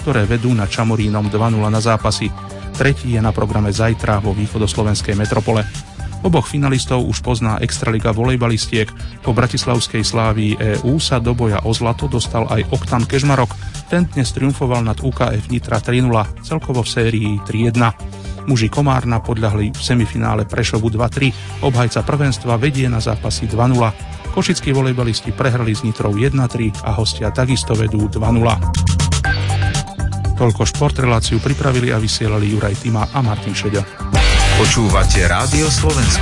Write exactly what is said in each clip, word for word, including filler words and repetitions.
ktoré vedú na Čamorínom dva nula na zápasy. Tretí je na programe zajtra vo východoslovenskej metropole. Oboch finalistov už pozná extraliga volejbalistiek. Po bratislavskej Slávii é ú sa do boja o zlato dostal aj Oktan Kežmarok. Ten dnes triumfoval nad ú ká ef Nitra tri nula, celkovo v sérii tri jedna. Muži Komárna podľahli v semifinále Prešovu dva tri. Obhajca prvenstva vedie na zápasy dva nula. Košickí volejbalisti prehrali s Nitrou jedna tri a hostia takisto vedú dva nula. Toľko šport, reláciu pripravili a vysielali Juraj Tima a Martin Šeďo. Počúvate Rádio Slovensko.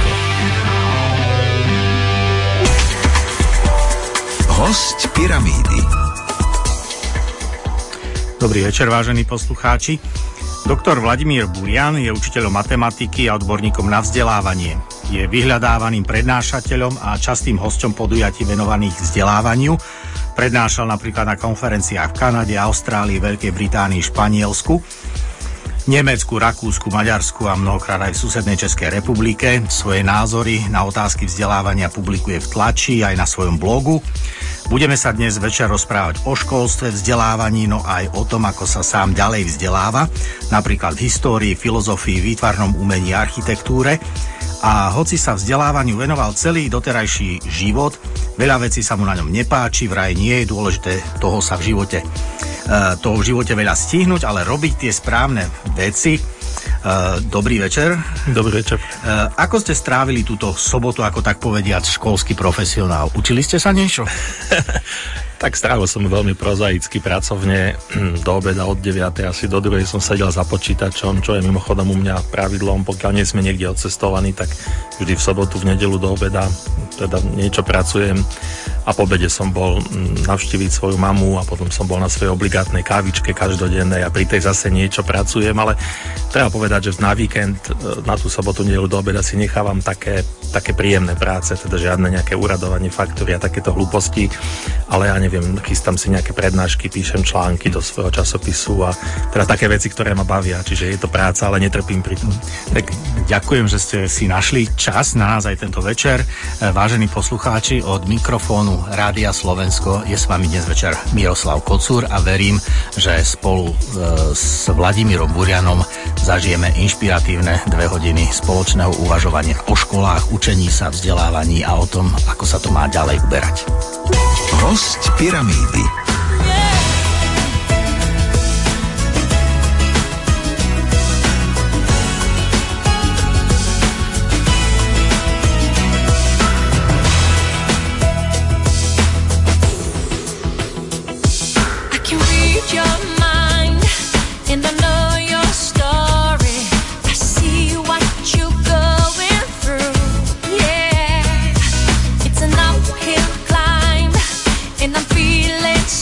Hosť Pyramídy. Dobrý večer, vážení poslucháči. Doktor Vladimír Burian je učiteľom matematiky a odborníkom na vzdelávanie. Je vyhľadávaným prednášateľom a častým hosťom podujatí venovaných vzdelávaniu. Prednášal napríklad na konferenciách v Kanade, Austrálii, Veľkej Británii, Španielsku, Nemecku, Rakúsku, Maďarsku a mnohokrát aj v susednej Českej republike. Svoje názory na otázky vzdelávania publikuje v tlači aj na svojom blogu. Budeme sa dnes večer rozprávať o školstve, vzdelávaní, no aj o tom, ako sa sám ďalej vzdeláva, napríklad v histórii, filozofii, výtvarnom umení, architektúre. A hoci sa vzdelávaniu venoval celý doterajší život, veľa vecí sa mu na ňom nepáči, vraj nie je dôležité toho sa v živote toho v živote veľa stihnúť, ale robiť tie správne veci. Dobrý večer. Dobrý večer. Ako ste strávili túto sobotu, ako tak povediať, školský profesionál? Učili ste sa niečo? Tak strávil som veľmi prozaicky, pracovne. Do obeda od deviatej asi do druhej som sedel za počítačom, čo je mimochodom u mňa pravidlom. Pokiaľ nie sme niekde odcestovaní, tak vždy v sobotu, v nedeľu do obeda teda niečo pracujem. A po obede som bol navštíviť svoju mamu a potom som bol na svojej obligátnej kávičke každodennej a pri tej zase niečo pracujem, ale treba povedať, že na víkend, na tú sobotu, nedeľu do obeda si nechávam také, také príjemné práce, teda žiadne nejaké uradovanie faktúry a takéto hlúposti, ale ja neviem, chystám si nejaké prednášky, píšem články do svojho časopisu a teda také veci, ktoré ma bavia, čiže je to práca, ale netrpím pri tom. Tak ďakujem, že ste si našli čas na nás aj tento večer. Vážení poslucháči, od mikrofónu Rádia Slovensko je s vami dnes večer Miroslav Kocúr a verím, že spolu s Vladimírom Burianom zažijeme inšpiratívne dve hodiny spoločného uvažovania o školách, učení sa, vzdelávaní a o tom, ako sa to má ďalej uberať. Hosť Pyramídy. It's an uphill climb, and I'm feeling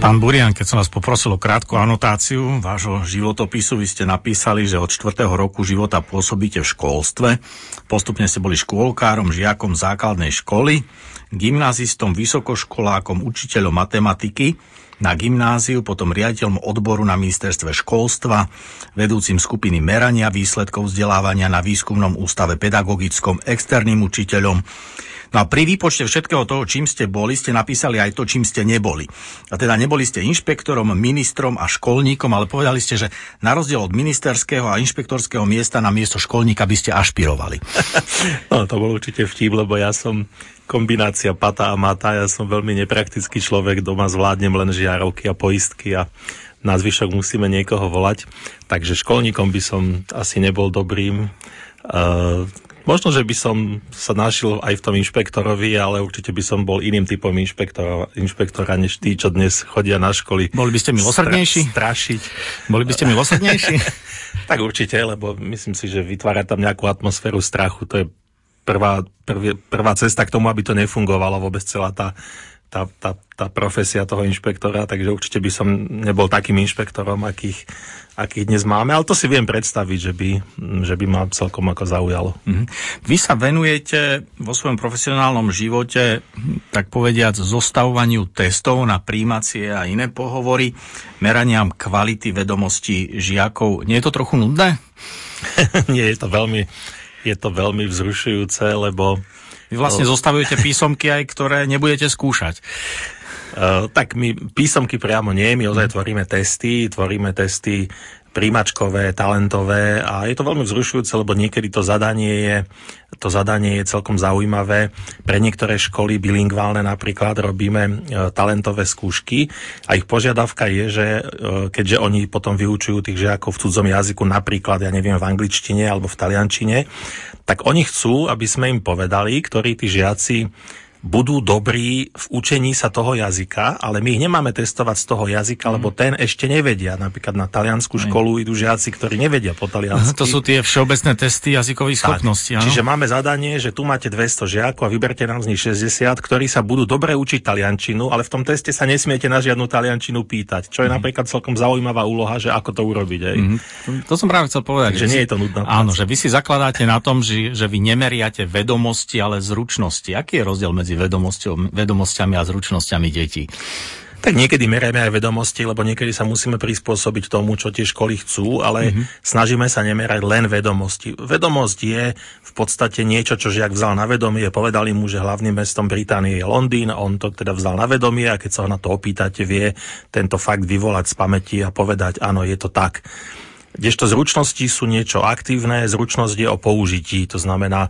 Pán Burian, keď som vás poprosil o krátku anotáciu vášho životopisu, vy ste napísali, že od štvrtého roku života pôsobíte v školstve. Postupne ste boli škôlkárom, žiakom základnej školy, gymnázistom, vysokoškolákom, učiteľom matematiky na gymnáziu, potom riaditeľom odboru na ministerstve školstva, vedúcim skupiny merania výsledkov vzdelávania na výskumnom ústave pedagogickom, externým učiteľom. No a pri výpočte všetkého toho, čím ste boli, ste napísali aj to, čím ste neboli. A teda neboli ste inšpektorom, ministrom a školníkom, ale povedali ste, že na rozdiel od ministerského a inšpektorského miesta na miesto školníka by ste ašpirovali. No, to bol určite vtip, lebo ja som kombinácia pata a mata, ja som veľmi nepraktický človek, doma zvládnem len žiarovky a poistky a na zvyšok musíme niekoho volať. Takže školníkom by som asi nebol dobrým. Uh, Možno, že by som sa našiel aj v tom inšpektorovi, ale určite by som bol iným typom inšpektora, inšpektora než tí, čo dnes chodia na školy. Boli by ste milosrdnejší? Stra- strašiť. Boli by ste milosrdnejší? Tak určite, lebo myslím si, že vytvára tam nejakú atmosféru strachu. To je prvá, prvý, prvá cesta k tomu, aby to nefungovalo vôbec celá tá, tá, tá, tá profesia toho inšpektora. Takže určite by som nebol takým inšpektorom, akých akých dnes máme, ale to si viem predstaviť, že by, že by ma celkom ako zaujalo. Mm-hmm. Vy sa venujete vo svojom profesionálnom živote, tak povediac, zostavovaniu testov na prijímacie a iné pohovory, meraniam kvality vedomostí žiakov. Nie je to trochu nudné? Nie, je to veľmi, je to veľmi vzrušujúce, lebo... Vy vlastne to... zostavujete písomky aj, ktoré nebudete skúšať. Uh, tak my písomky priamo nie, my ozaj tvoríme testy, tvoríme testy príjmačkové, talentové a je to veľmi vzrušujúce, lebo niekedy to zadanie je, to zadanie je celkom zaujímavé. Pre niektoré školy bilingválne napríklad robíme uh, talentové skúšky a ich požiadavka je, že uh, keďže oni potom vyučujú tých žiakov v cudzom jazyku, napríklad, ja neviem, v angličtine alebo v taliančine, tak oni chcú, aby sme im povedali, ktorí tí žiaci budú dobrí v učení sa toho jazyka, ale my ich nemáme testovať z toho jazyka, mm. lebo ten ešte nevedia. Napríklad na taliansku školu idú žiaci, ktorí nevedia po taliansky. To sú tie všeobecné testy jazykových schopností. Čiže máme zadanie, že tu máte dvesto žiakov a vyberte nám z nich šesťdesiat, ktorí sa budú dobre učiť taliančinu, ale v tom teste sa nesmiete na žiadnu taliančinu pýtať. Čo je mm. napríklad celkom zaujímavá úloha, že ako to urobiť. Mm. To som práve chcel povedať. Takže nie je to nudná práca. Áno, že vy si zakladáte na tom, že, že vy nemeriate vedomosti, ale zručnosti. Aký je rozdiel medzi vedomosťami a zručnosťami detí? Tak niekedy meriame aj vedomosti, lebo niekedy sa musíme prispôsobiť tomu, čo tie školy chcú, ale mm-hmm. snažíme sa nemerať len vedomosti. Vedomosť je v podstate niečo, čo žiak vzal na vedomie. Povedali mu, že hlavným mestom Británie je Londýn, on to teda vzal na vedomie a keď sa ho na to opýtate, vie tento fakt vyvolať z pamäti a povedať, áno, je to tak. Kdežto zručnosti sú niečo aktívne, zručnosť je o použití, to znamená...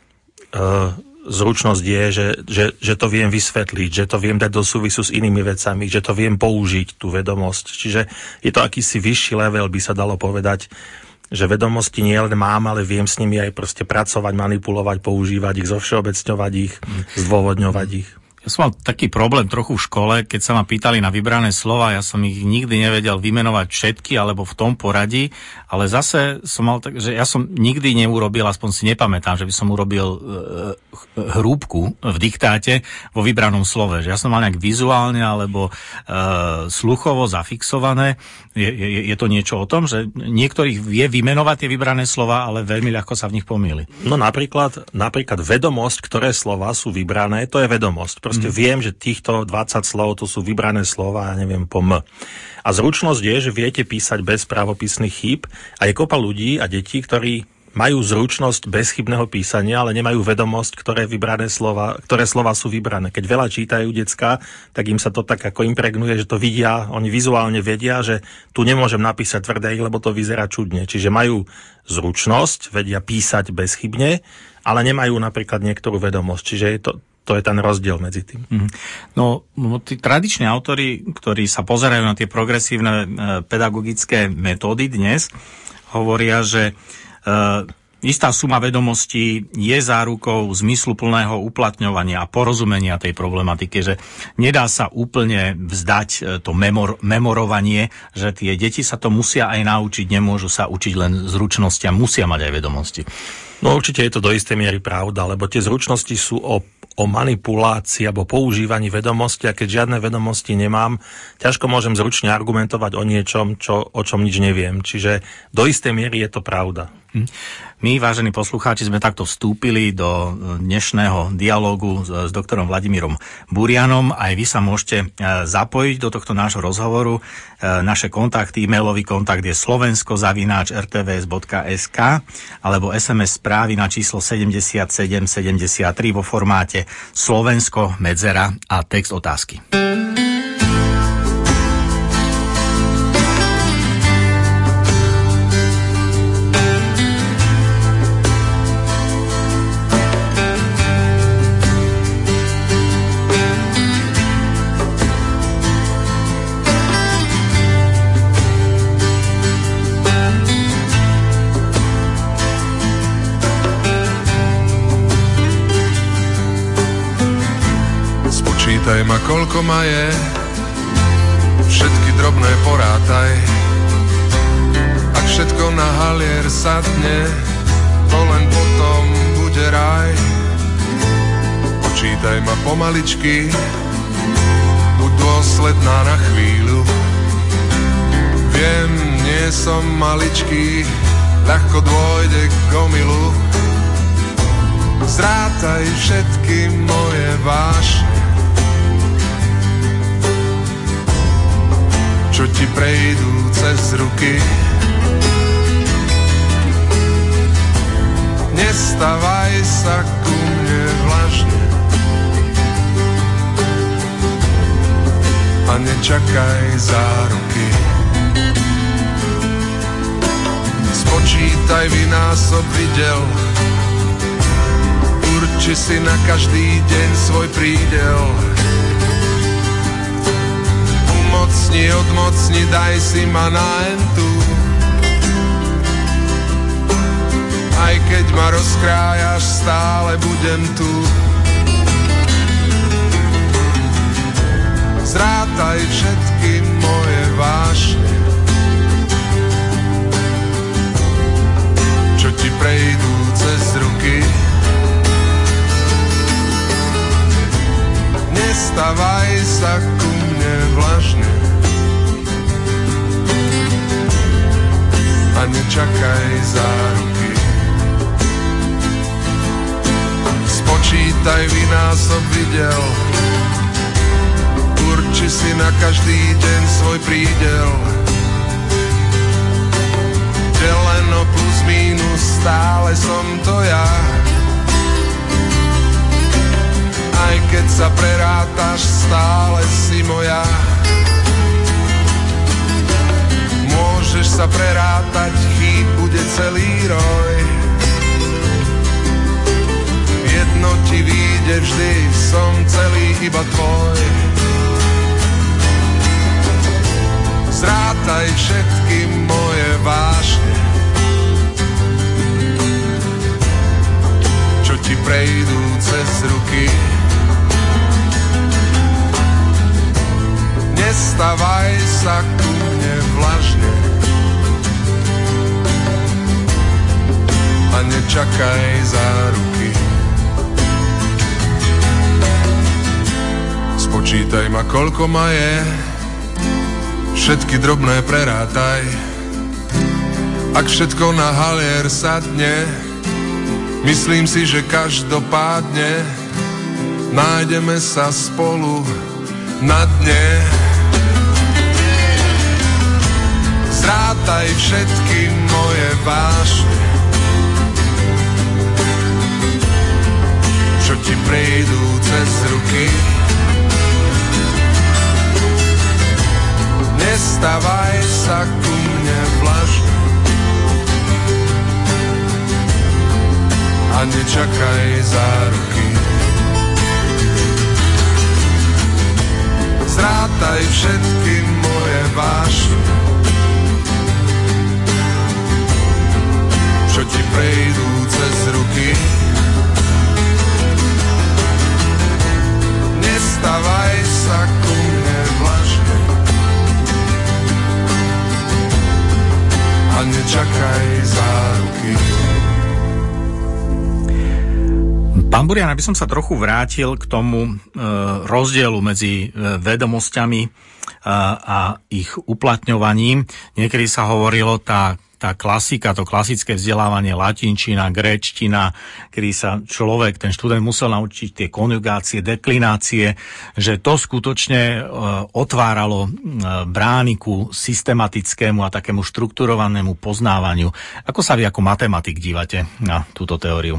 Uh, Zručnosť je, že, že, že to viem vysvetliť, že to viem dať do súvisu s inými vecami, že to viem použiť, tú vedomosť. Čiže je to akýsi vyšší level, by sa dalo povedať, že vedomosti nie len mám, ale viem s nimi aj proste pracovať, manipulovať, používať ich, zovšeobecňovať ich, zdôvodňovať ich. Ja som mal taký problém trochu v škole, keď sa ma pýtali na vybrané slova, ja som ich nikdy nevedel vymenovať všetky, alebo v tom poradí, ale zase som mal tak, že ja som nikdy neurobil, aspoň si nepamätám, že by som urobil e, hrúbku v diktáte vo vybranom slove, že ja som mal nejak vizuálne alebo e, sluchovo zafixované. Je, je, je to niečo o tom, že niektorých vie vymenovať tie vybrané slova, ale veľmi ľahko sa v nich pomýli. No napríklad, napríklad vedomosť, ktoré slova sú vybrané, to je vedomosť. Proste mm. viem, že týchto dvadsať slov, to sú vybrané slova, ja neviem, po M. A zručnosť je, že viete písať bez pravopisných chýb a je kopa ľudí a detí, ktorí majú zručnosť bezchybného písania, ale nemajú vedomosť, ktoré vybrané slova, ktoré slova sú vybrané. Keď veľa čítajú decká, tak im sa to tak ako impregnuje, že to vidia, oni vizuálne vedia, že tu nemôžem napísať tvrdé, lebo to vyzerá čudne. Čiže majú zručnosť, vedia písať bezchybne, ale nemajú napríklad niektorú vedomosť. Čiže je to To je ten rozdiel medzi tým. No, tí tradiční autori, ktorí sa pozerajú na tie progresívne e, pedagogické metódy dnes, hovoria, že e, istá suma vedomostí je zárukou zmysluplného uplatňovania a porozumenia tej problematiky, že nedá sa úplne vzdať to memor, memorovanie, že tie deti sa to musia aj naučiť, nemôžu sa učiť len zručnosti a musia mať aj vedomosti. No určite je to do istej miery pravda, lebo tie zručnosti sú o, o manipulácii alebo používaní vedomosti, a keď žiadne vedomosti nemám, ťažko môžem zručne argumentovať o niečom, čo, o čom nič neviem. Čiže do istej miery je to pravda. My, vážení poslucháči, sme takto vstúpili do dnešného dialógu s, s doktorom Vladimírom Burianom. Aj vy sa môžete zapojiť do tohto nášho rozhovoru. Naše kontakty, e-mailový kontakt je slovensko zavináč er té vé es bodka es ká alebo es em es správy na číslo sedemdesiatsedem sedemdesiattri vo formáte Slovensko, medzera a text otázky. Pýtaj ma, koľko ma je, všetky drobné porátaj. Ak všetko na halier sadne, to len potom bude raj. Počítaj ma pomaličky, buď dôsledná na chvíľu. Viem, nie som maličký, ľahko dôjde k omylu. Zrátaj všetky moje vášne, čo ti prejdú cez ruky. Nestavaj sa ku mne vlažne a nečakaj záruky. Spočítaj vynásob videl, urči si na každý deň svoj prídel. Umocni, odmocni, daj si ma na entu. Aj keď ma rozkrájaš, stále budem tu. Zrátaj všetky moje vášne, čo ti prejdú cez ruky. Nestavaj sa ku mne vlažne a nečakaj záruky. Spočítaj vynásob videl, urči si na každý deň svoj prídel. Deleno plus mínus, stále som to ja. Aj keď sa prerátaš, stále si moja. Môžeš sa prerátať, chýb bude celý roj. Jedno ti vyjde vždy, som celý iba tvoj. Zrátaj všetky moje vášne, čo ti prejdú cez ruky. Nestavaj sa ku mne vlažne a nečakaj záruky. Spočítaj ma, koľko ma je, všetky drobné prerátaj. Ak všetko na halier sadne, myslím si, že každopádne nájdeme sa spolu na dne. Zrátaj všetky moje vášne, čo ti prejdú cez ruky. Nestavaj sa ku mne vlažne a nečakaj záruky. Zrátaj všetky moje vášne, čo ti prejdú cez ruky. Nestavaj sa ku mne vlažne a nečakaj záruky. Pán Burian, aby som sa trochu vrátil k tomu e, rozdielu medzi e, vedomosťami e, a ich uplatňovaním. Niekedy sa hovorilo tá tá klasika, to klasické vzdelávanie, latinčina, gréčtina, kedy sa človek, ten študent musel naučiť tie konjugácie, deklinácie, že to skutočne e, otváralo e, brány ku systematickému a takému štrukturovanému poznávaniu. Ako sa vy ako matematik dívate na túto teóriu?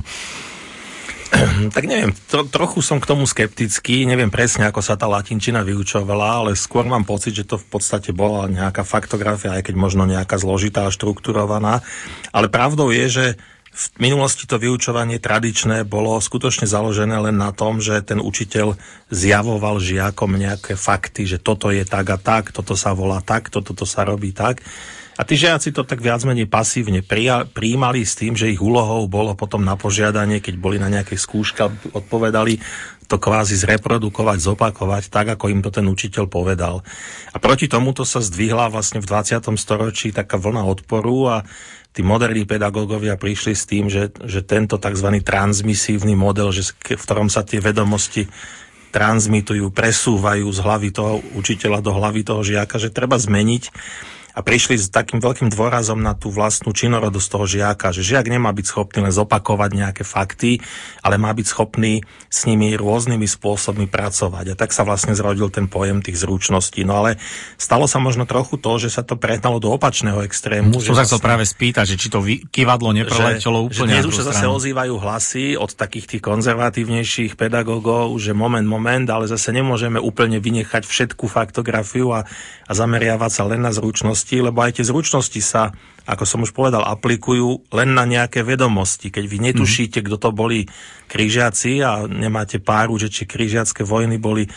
Tak neviem, tro, trochu som k tomu skeptický, neviem presne, ako sa tá latinčina vyučovala, ale skôr mám pocit, že to v podstate bola nejaká faktografia, aj keď možno nejaká zložitá a štrukturovaná. Ale pravdou je, že v minulosti to vyučovanie tradičné bolo skutočne založené len na tom, že ten učiteľ zjavoval žiakom nejaké fakty, že toto je tak a tak, toto sa volá tak, toto to sa robí tak. A tí žiaci to tak viac menej pasívne prijímali s tým, že ich úlohou bolo potom na požiadanie, keď boli na nejakej skúške, odpovedali, to kvázi zreprodukovať, zopakovať, tak ako im to ten učiteľ povedal. A proti tomuto sa zdvihla vlastne v dvadsiatom storočí taká vlna odporu a tí moderní pedagógovia prišli s tým, že, že tento tzv. Transmisívny model, že, v ktorom sa tie vedomosti transmitujú, presúvajú z hlavy toho učiteľa do hlavy toho žiaka, že treba zmeniť. A prišli s takým veľkým dôrazom na tú vlastnú činorodosť toho žiaka, že žiak nemá byť schopný len zopakovať nejaké fakty, ale má byť schopný s nimi rôznymi spôsobmi pracovať. A tak sa vlastne zrodil ten pojem tých zručností. No ale stalo sa možno trochu to, že sa to prehnalo do opačného extrému. Som sa chcel práve spýtať, že či to kývadlo nepreletelo úplne. Že dnes už sa zase ozývajú hlasy od takých tých konzervatívnejších pedagógov, že moment, moment, ale zase nemôžeme úplne vynechať všetku faktografiu a, a zameriavať sa len na zručnosti, lebo aj tie zručnosti sa, ako som už povedal, aplikujú len na nejaké vedomosti. Keď vy netušíte, kto to boli križiaci a nemáte páru, že či križiacké vojny boli,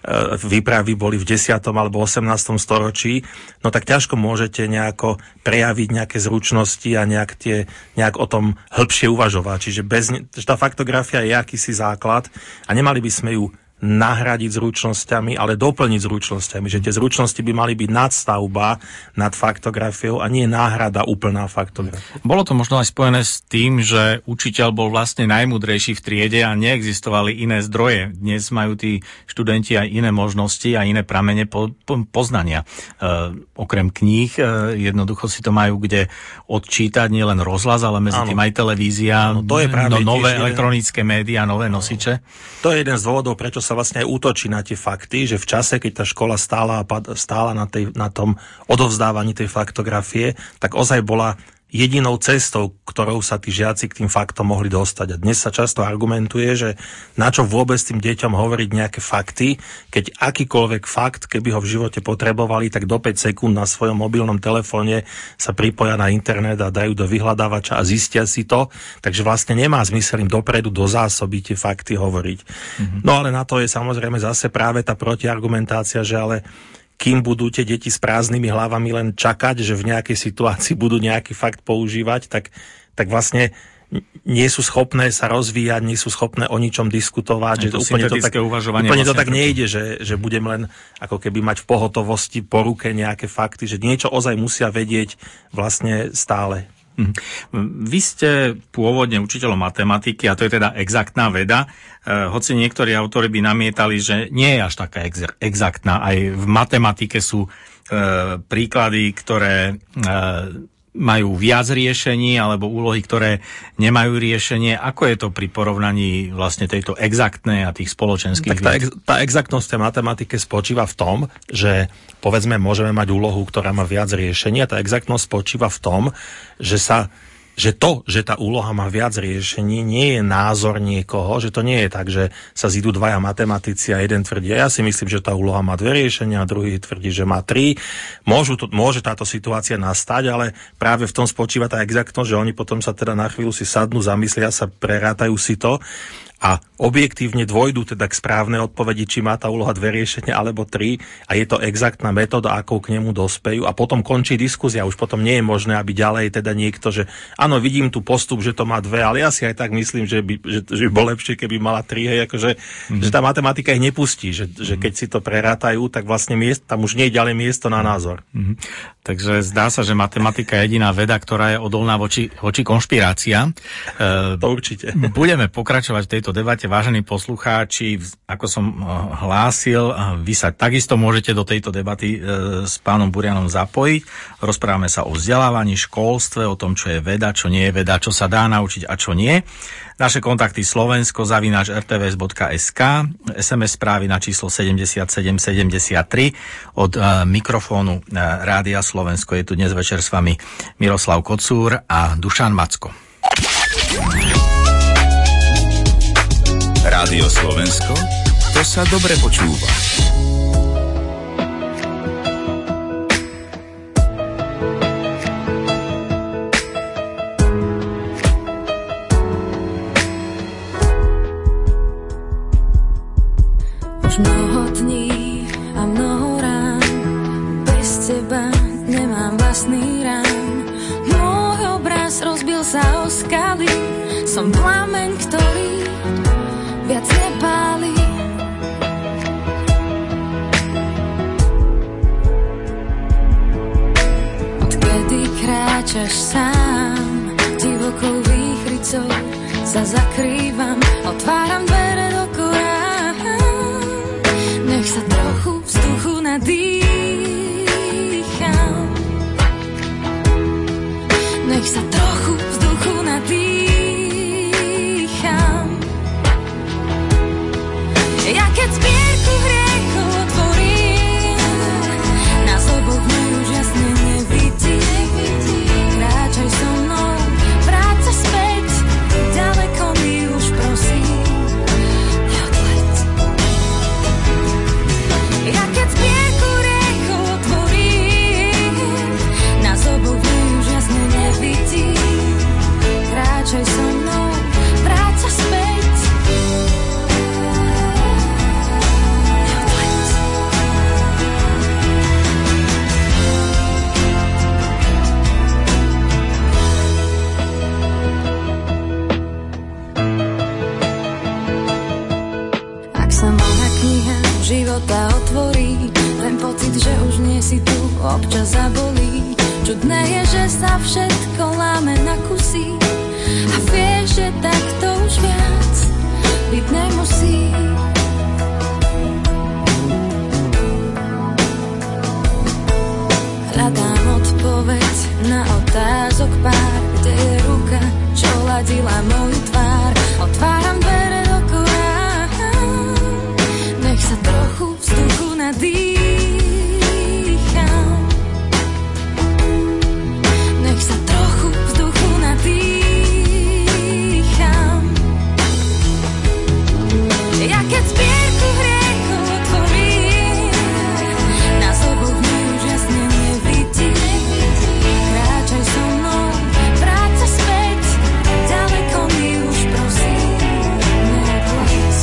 výpravy boli v desiatom alebo osemnástom storočí, no tak ťažko môžete nejako prejaviť nejaké zručnosti a nejak, tie, nejak o tom hĺbšie uvažovať. Čiže bez, tá faktografia je akýsi základ a nemali by sme ju nahradiť zručnosťami, ale doplniť zručnosťami, že tie zručnosti by mali byť nadstavba nad faktografiou a nie náhrada úplná faktografia. Bolo to možno aj spojené s tým, že učiteľ bol vlastne najmúdrejší v triede a neexistovali iné zdroje. Dnes majú tí študenti aj iné možnosti a iné pramene po, po, poznania. E, okrem kníh, e, jednoducho si to majú kde odčítať, nie len rozhlas, ale medzi ano. tým aj televízia, no, to je práve no, nové elektronické jeden... médiá, nové no. nosiče. To je jeden z dôvodov, prečo sa vlastne aj útočí na tie fakty, že v čase, keď tá škola stála, stála na, tej, na tom odovzdávaní tej faktografie, tak ozaj bola jedinou cestou, ktorou sa tí žiaci k tým faktom mohli dostať. A dnes sa často argumentuje, že na čo vôbec tým deťom hovoriť nejaké fakty, keď akýkoľvek fakt, keby ho v živote potrebovali, tak do päť sekúnd na svojom mobilnom telefóne sa pripoja na internet a dajú do vyhľadávača a zistia si to. Takže vlastne nemá zmysel im dopredu do zásoby tie fakty hovoriť. Mm-hmm. No ale na to je samozrejme zase práve tá protiargumentácia, že ale kým budú tie deti s prázdnymi hlavami len čakať, že v nejakej situácii budú nejaký fakt používať, tak, tak vlastne nie sú schopné sa rozvíjať, nie sú schopné o ničom diskutovať. Že to úplne to tak, úplne vlastne to tak nejde, že, že budem len ako keby mať v pohotovosti po ruke nejaké fakty, že niečo ozaj musia vedieť vlastne stále. Vy ste pôvodne učiteľom matematiky a to je teda exaktná veda. E, hoci niektorí autori by namietali, že nie je až taká ex- exaktná. Aj v matematike sú e, príklady, ktoré e, majú viac riešení alebo úlohy, ktoré nemajú riešenie. Ako je to pri porovnaní vlastne tejto exaktnej a tých spoločenských tak tá, ex, tá exaktnosť v matematike spočíva v tom, že povedzme môžeme mať úlohu, ktorá má viac riešení a tá exaktnosť spočíva v tom, že sa že to, že tá úloha má viac riešení, nie je názor niekoho, že to nie je tak, že sa zídu dvaja matematici a jeden tvrdí, ja si myslím, že tá úloha má dve riešenia a druhý tvrdí, že má tri. Môžu to, môže táto situácia nastať, ale práve v tom spočíva tá exaktnosť, že oni potom sa teda na chvíľu si sadnú, zamyslia sa, prerátajú si to a objektívne dôjdu teda k správnej odpovedi, či má tá úloha dve riešenia alebo tri a je to exaktná metóda, akou k nemu dospejú a potom končí diskusia. Už potom nie je možné, aby ďalej teda niekto, že áno, vidím tu postup, že to má dve, ale ja si aj tak myslím, že by, že, že by bolo lepšie, keby mala tri, hej, akože, mm-hmm. že tá matematika ich nepustí, že, mm-hmm. že keď si to prerátajú, tak vlastne miest, tam už nie je ďalej miesto na názor. Mm-hmm. Takže zdá sa, že matematika je jediná veda, ktorá je odolná voči, voči konšpiráciám. E, to určite. Budeme pokračovať v tejto debate, vážení poslucháči, ako som hlásil, vy sa takisto môžete do tejto debaty e, s pánom Burianom zapojiť. Rozprávame sa o vzdelávaní, školstve, o tom, čo je veda, čo nie je veda, čo sa dá naučiť a čo nie. Naše kontakty slovensko zavináč er té vé es bodka es ká, es em es správy na číslo sedemdesiatsedem sedemdesiattri od uh, mikrofónu uh, Rádia Slovensko. Je tu dnes večer s vami Miroslav Kocúr a Dušan Macko. Rádio Slovensko, to sa dobre počúva. Už mnoho dní a mnoho rán, bez teba nemám vlastný rán. Môj obraz rozbil sa o skaly, som plameň, ktorý viac nepáli. Odkedy kráčaš sám, divokou výchrycou sa zakrývam, otváram dvere do korán. Nech sa trochu vzduchu nadýcham. Nech sa trochu vzduchu nadýcham. Ja keď zbierku hriechov otvorím, nás oboch mi už jasne nevidím. Kráčaj so mnou, vráť sa späť, ďaleko mi už prosím. Ja keď zbierku riechov otvorím, nás oboch už jasne nevidím. Kráčaj so mnou, vráť sa späť. Ak sa moja kniha života otvorí, ten pocit, že už nie si tu, občas zabolí. Čudné je, že sa všetko láme na kusy a vieš, že takto už viac byť nemusí. Hľadám odpoveď na otázok pár, kde je ruka, čo ladila moju tvár. Otváram dvere do korán, nech sa trochu vzduchu nadýcham. Nech sa trochu vzduchu nadýcham. Ja keď zbierku hriechov otvorím, nás oboch mi už jasne nevidím. Kráčaj so mnou, vráť sa späť, ďaleko mi už prosím neodleť.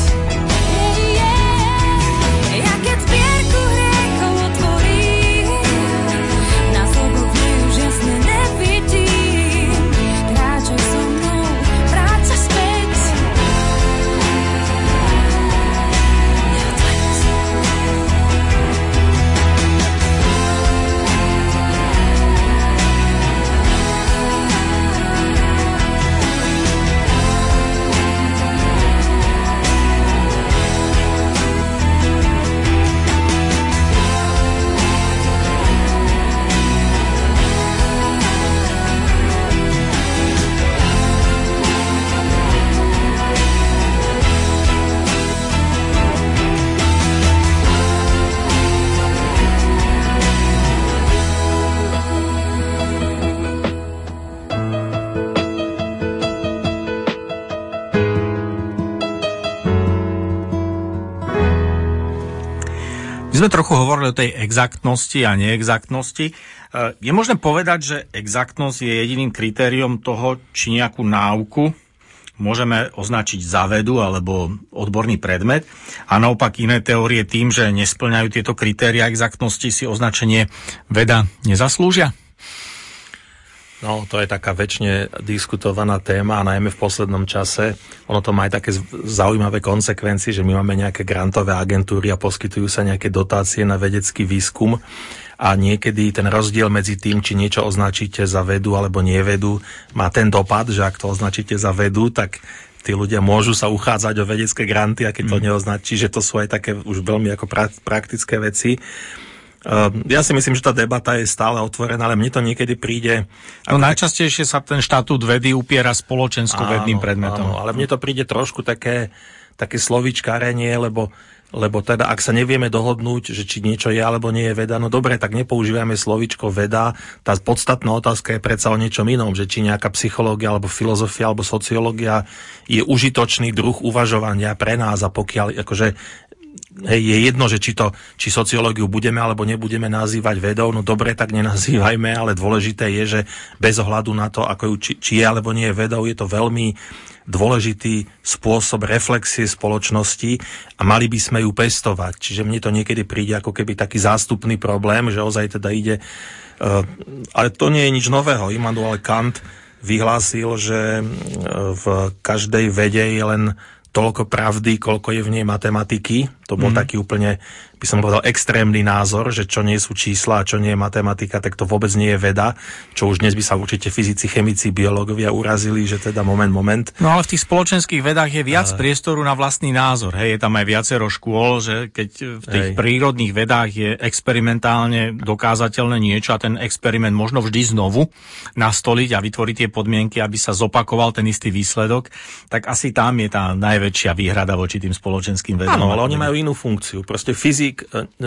Ja keď zbierku hriechov otvorím, nás oboch mi už jasne nevidím. Kráčaj so mnou, vráť sa späť. My sme trochu hovorili o tej exaktnosti a neexaktnosti. Je možné povedať, že exaktnosť je jediným kritériom toho, či nejakú náuku môžeme označiť za vedu alebo odborný predmet, a naopak iné teórie tým, že nespĺňajú tieto kritéria exaktnosti, si označenie veda nezaslúžia? No, to je taká väčšine diskutovaná téma a najmä v poslednom čase. Ono to má aj také zaujímavé konsekvencie, že my máme nejaké grantové agentúry a poskytujú sa nejaké dotácie na vedecký výskum a niekedy ten rozdiel medzi tým, či niečo označíte za vedu alebo nevedu, má ten dopad, že ak to označíte za vedu, tak tí ľudia môžu sa uchádzať o vedecké granty, a keď to neoznačí, že to sú aj také už veľmi ako pra- praktické veci. Uh, ja si myslím, že tá debata je stále otvorená, ale mne to niekedy príde... No najčastejšie sa ten štatút vedy upiera spoločensko-vedným predmetom. Áno, ale mne to príde trošku také, také slovíčkarenie, lebo, lebo teda ak sa nevieme dohodnúť, že či niečo je alebo nie je veda, no dobre, tak nepoužívame slovíčko veda. Tá podstatná otázka je predsa o niečom inom, že či nejaká psychológia alebo filozofia alebo sociológia je užitočný druh uvažovania pre nás, a pokiaľ akože hej, je jedno, že či, to, či sociológiu budeme alebo nebudeme nazývať vedou, no dobre, tak nenazývajme, ale dôležité je, že bez ohľadu na to, ako ju, či, či je alebo nie je vedou, je to veľmi dôležitý spôsob reflexie spoločnosti a mali by sme ju pestovať. Čiže mne to niekedy príde ako keby taký zástupný problém, že ozaj teda ide... Uh, ale to nie je nič nového. Immanuel Kant vyhlásil, že v každej vede je len toľko pravdy, koľko je v nej matematiky. To bol mm. taký úplne, by som povedal, extrémny názor, že čo nie sú čísla a čo nie je matematika, tak to vôbec nie je veda, čo už dnes by sa určite fyzici, chemici, biológovia urazili, že teda moment, moment. No ale v tých spoločenských vedách je viac uh, priestoru na vlastný názor. Hej, je tam aj viacero škôl, že keď v tých hej. prírodných vedách je experimentálne dokázateľné niečo a ten experiment možno vždy znovu nastoliť a vytvoriť tie podmienky, aby sa zopakoval ten istý výsledok, tak asi tam je tá najväčšia výhrada voči tým spoločenským vedám. Áno, ale oni majú inú funkciu. Proste fyzik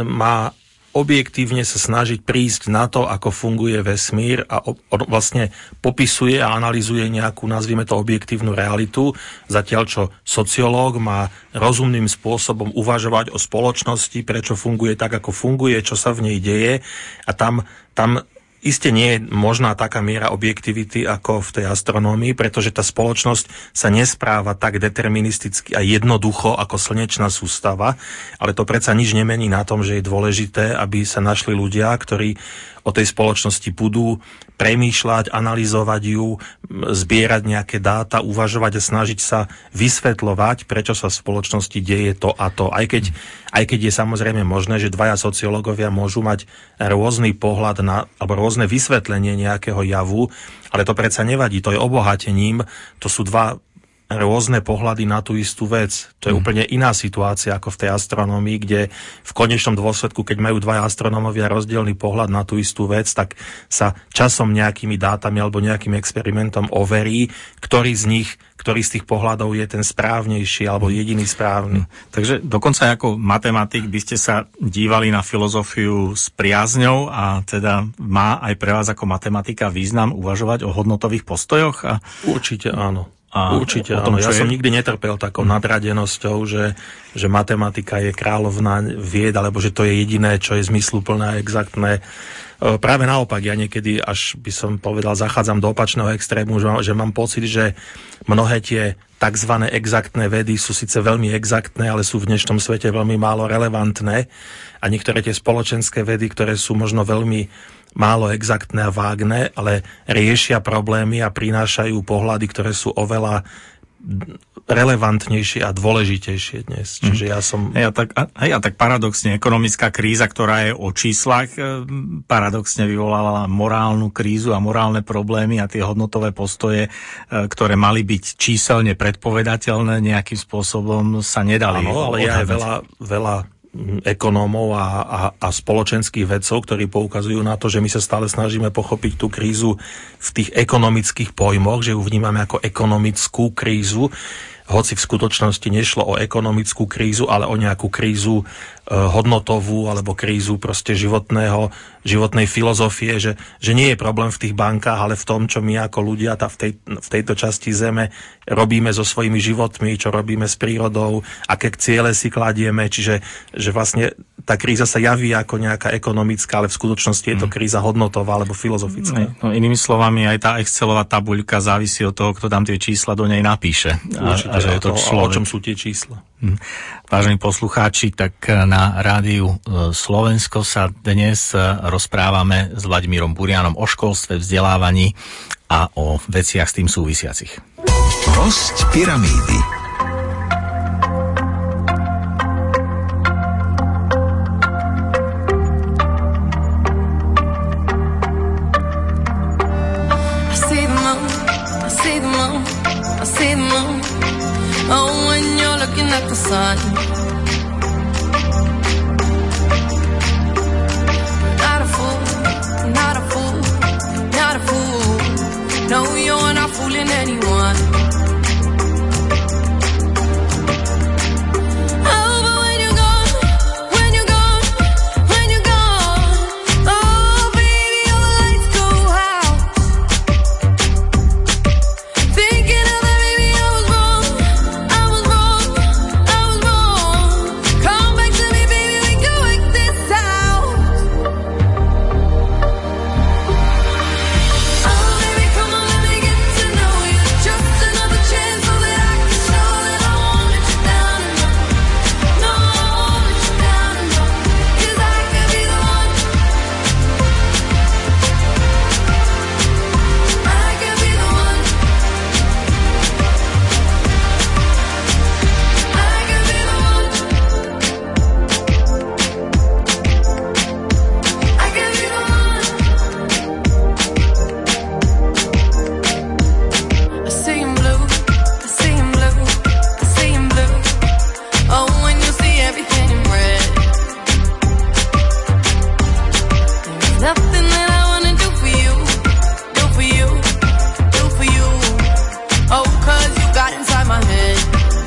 má objektívne sa snažiť prísť na to, ako funguje vesmír a vlastne popisuje a analyzuje nejakú, nazvime to, objektívnu realitu, zatiaľ čo sociológ má rozumným spôsobom uvažovať o spoločnosti, prečo funguje tak, ako funguje, čo sa v nej deje, a tam, tam Isté nie je možná taká miera objektivity ako v tej astronómii, pretože tá spoločnosť sa nespráva tak deterministicky a jednoducho ako slnečná sústava, ale to predsa nič nemení na tom, že je dôležité, aby sa našli ľudia, ktorí o tej spoločnosti budú premýšľať, analyzovať ju, zbierať nejaké dáta, uvažovať a snažiť sa vysvetľovať, prečo sa v spoločnosti deje to a to. Aj keď, aj keď je samozrejme možné, že dvaja sociológovia môžu mať rôzny pohľad na, alebo rôzne vysvetlenie nejakého javu, ale to predsa nevadí, to je obohatením, to sú dva rôzne pohľady na tú istú vec. To je mm. úplne iná situácia ako v tej astronómii, kde v konečnom dôsledku, keď majú dvaja astronómovia rozdielny pohľad na tú istú vec, tak sa časom nejakými dátami alebo nejakým experimentom overí, ktorý z nich, ktorý z tých pohľadov je ten správnejší alebo jediný správny. Takže dokonca ako matematik by ste sa dívali na filozofiu s priazňou a teda má aj pre vás ako matematika význam uvažovať o hodnotových postojoch? A... Určite áno. A určite, áno. Ja je... som nikdy netrpel takou hmm. nadradenosťou, že, že matematika je kráľovná vied, alebo že to je jediné, čo je zmysluplné a exaktné. Práve naopak, ja niekedy, až by som povedal, zachádzam do opačného extrému, že, že mám pocit, že mnohé tie takzvané exaktné vedy sú síce veľmi exaktné, ale sú v dnešnom svete veľmi málo relevantné. A niektoré tie spoločenské vedy, ktoré sú možno veľmi málo exaktné a vágne, ale riešia problémy a prinášajú pohľady, ktoré sú oveľa relevantnejšie a dôležitejšie dnes. Čiže ja som... Hej, a tak, hej, a tak paradoxne, ekonomická kríza, ktorá je o číslach, paradoxne vyvolala morálnu krízu a morálne problémy a tie hodnotové postoje, ktoré mali byť číselne predpovedateľné, nejakým spôsobom sa nedali. Áno, ale je aj veľa, veľa ekonómov a, a, a spoločenských vedcov, ktorí poukazujú na to, že my sa stále snažíme pochopiť tú krízu v tých ekonomických pojmoch, že ju vnímame ako ekonomickú krízu, hoci v skutočnosti nešlo o ekonomickú krízu, ale o nejakú krízu e, hodnotovú alebo krízu proste životného, životnej filozofie, že, že nie je problém v tých bankách, ale v tom, čo my ako ľudia tá v, tej, v tejto časti zeme robíme so svojimi životmi, čo robíme s prírodou, aké ciele si kladieme, čiže že vlastne tá kríza sa javí ako nejaká ekonomická, ale v skutočnosti je to kríza hodnotová alebo filozofická. No, inými slovami, aj tá Excelová tabuľka závisí od toho, kto tam tie čísla do nej napíše. A, Určite, a že je to človek. O čom sú tie čísla? Vážení poslucháči, tak na rádiu Slovensko sa dnes rozprávame s Vladimírom Burianom o školstve, vzdelávaní a o veciach s tým súvisiacich. Hosť pyramídy. Oh, when you're looking at the sun, not a fool, not a fool, not a fool. No, you're not fooling anyone. Oh, but when you're gone, when you're gone, when you're gone, oh, baby, all the lights go out. Thinking of that, baby, I was wrong. I was wrong. I was wrong. Come back to me, baby, we can work this out. Oh, baby, come on, let me get to know you. Just another chance so that I can show that I won't let you down. No, I won't let you down. 'Cause I could be the one. I could be the one. I could be the one. I could be the one. I see him blue, I see him blue, I see him blue. Oh, when you see everything in red. There's nothing that I wanna do for you, do for you, do for you. Oh, 'cause you got inside my head.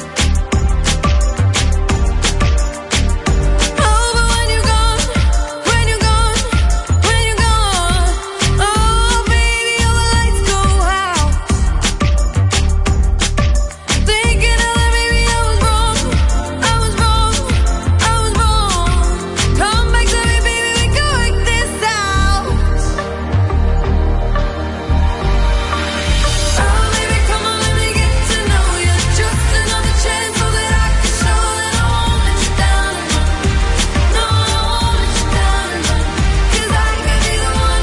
Oh, but when you're gone, when you're gone, when you're gone, oh, baby, all the lights go out. Thinking of that, baby, I was wrong. I was wrong. I was wrong. Come back to me, baby, we can work this out. Oh, baby, come on, let me get to know you. Just another chance so that I can show that I won't let you down. No, I won't let you down. 'Cause I could be the one.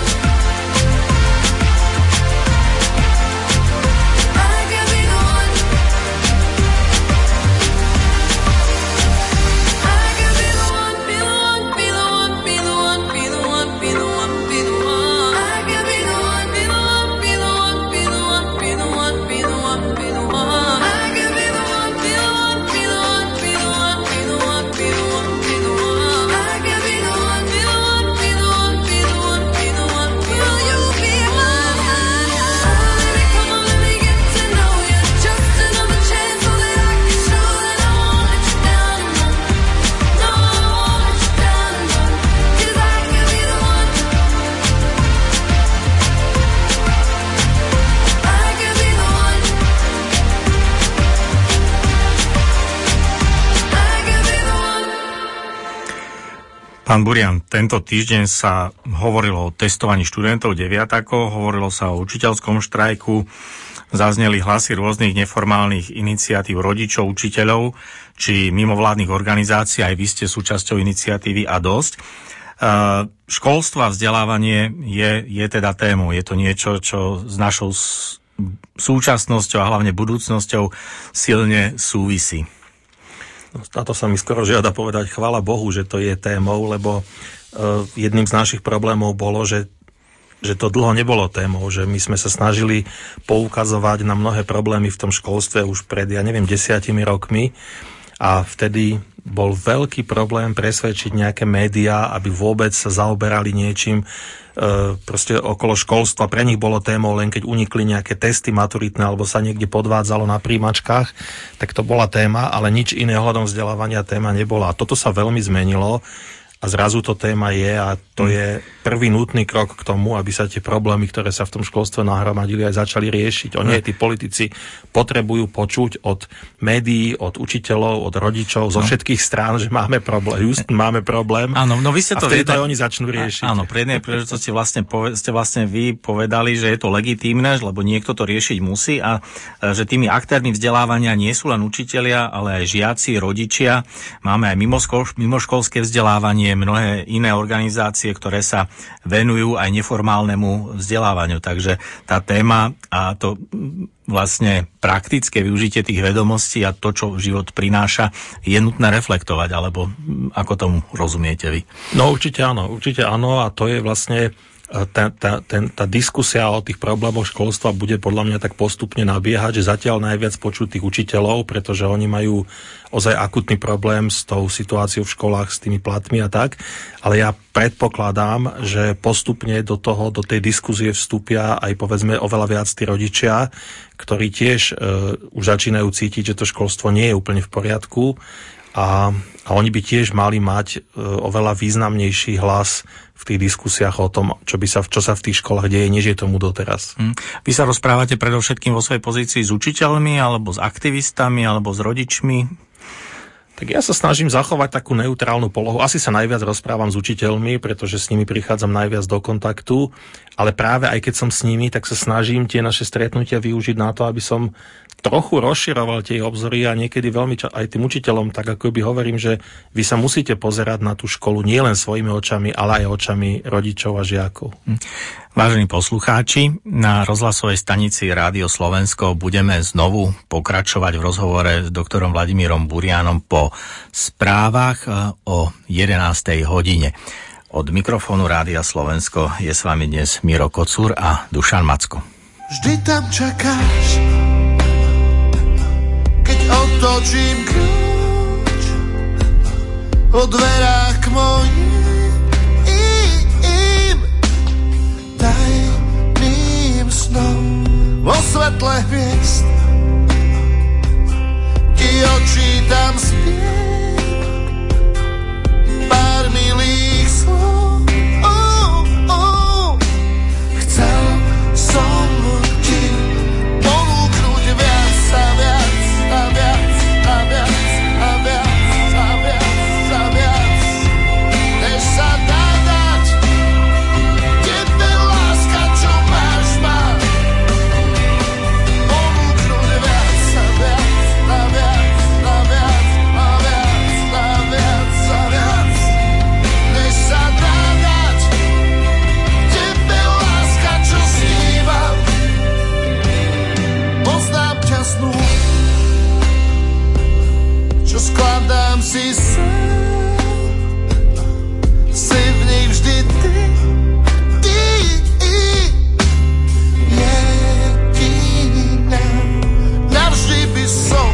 I could be the one. I could be the one, be the one, be the one, be the one, be the one, be the one, be the one. I could be the one, be the one, be the one, be the one, be the one, be the one, be the one. I could be the one, be the one, be the one, be the one, be the one, be the one, be the one. I could be the one, be the one, be the one, be the one, be the one. Will you be mine? Oh, baby, come on, let me get to know you. Just another chance so that I can show that I won't let you down. No, I won't let you down. 'Cause I could be the one. I could be the one. I could be the one. Pán Burian, tento týždeň sa hovorilo o testovaní študentov deviatakov, hovorilo sa o učiteľskom štrajku, zazneli hlasy rôznych neformálnych iniciatív rodičov, učiteľov či mimovládnych organizácií, aj vy ste súčasťou iniciatívy a dosť. Uh, školstvo a vzdelávanie je, je teda témou, je to niečo, čo s našou s- súčasnosťou a hlavne budúcnosťou silne súvisí. Na to sa mi skoro žiada povedať chvála Bohu, že to je témou, lebo uh, jedným z našich problémov bolo, že, že to dlho nebolo témou, že my sme sa snažili poukazovať na mnohé problémy v tom školstve už pred, ja neviem, desiatimi rokmi a vtedy bol veľký problém presvedčiť nejaké médiá, aby vôbec sa zaoberali niečím proste okolo školstva. Pre nich bolo témou len keď unikli nejaké testy maturitné alebo sa niekde podvádzalo na príjmačkách, tak to bola téma, ale nič iné ohľadom vzdelávania téma nebola. A toto sa veľmi zmenilo a zrazu to téma je a to je prvý nutný krok k tomu, aby sa tie problémy, ktoré sa v tom školstve nahromadili, aj začali riešiť. Oni aj tí politici potrebujú počuť od médií, od učiteľov, od rodičov, zo všetkých strán, že máme problém. Just máme problém. Áno, no vy ste to a vtedy vy, to oni začnú riešiť. Áno, pri jednej príležitosti vlastne poved, ste vlastne vy povedali, že je to legitímne, lebo niekto to riešiť musí a že tými aktérmi vzdelávania nie sú len učitelia, ale aj žiaci, rodičia. Máme aj mimoškol, mimoškolské vzdelávanie, mnohé iné organizácie, ktoré sa venujú aj neformálnemu vzdelávaniu. Takže tá téma a to vlastne praktické využitie tých vedomostí a to, čo život prináša, je nutné reflektovať, alebo ako tomu rozumiete vy? No určite áno, určite áno a to je vlastne tá, tá, ten, tá diskusia o tých problémoch školstva bude podľa mňa tak postupne nabiehať, že zatiaľ najviac počuť tých učiteľov, pretože oni majú ozaj akutný problém s tou situáciou v školách, s tými platmi a tak, ale ja predpokladám, že postupne do toho, do tej diskuzie vstúpia aj povedzme oveľa viac tí rodičia, ktorí tiež e, už začínajú cítiť, že to školstvo nie je úplne v poriadku a, a oni by tiež mali mať e, oveľa významnejší hlas v tých diskusiách o tom, čo, by sa, čo sa v tých školách deje, než je tomu doteraz. Hmm. Vy sa rozprávate predovšetkým vo svojej pozícii s učiteľmi, alebo s aktivistami, alebo s rodičmi? Tak ja sa snažím zachovať takú neutrálnu polohu. Asi sa najviac rozprávam s učiteľmi, pretože s nimi prichádzam najviac do kontaktu, ale práve aj keď som s nimi, tak sa snažím tie naše stretnutia využiť na to, aby som trochu rozširoval tie obzory a niekedy veľmi ča- aj tým učiteľom, tak ako by hovorím, že vy sa musíte pozerať na tú školu nielen svojimi očami, ale aj očami rodičov a žiakov. Vážení poslucháči, na rozhlasovej stanici Rádio Slovensko budeme znovu pokračovať v rozhovore s doktorom Vladimírom Burianom po správach o jedenástej hodine. Od mikrofónu Rádia Slovensko je s vami dnes Miro Kocúr a Dušan Macko. Vždy tam čakáš, keď otočím kľúč o dverách k mojim tajným snom. Vo svetle hviezd ti odčítam spiev pár milých slov. Oh, oh. Chcel som ti ponúknuť viac a viac a viac a viac a viac a viac a viac, než sa dá dať tebe láska, čo máš mať. Ponúknuť viac a viac a viac a viac a viac a viac a viac, než sa dá dať tebe láska, čo snívam. Poznám ťa snu, čo skladám si sám, si v nich vždy ty, ty jediná. Navždy by som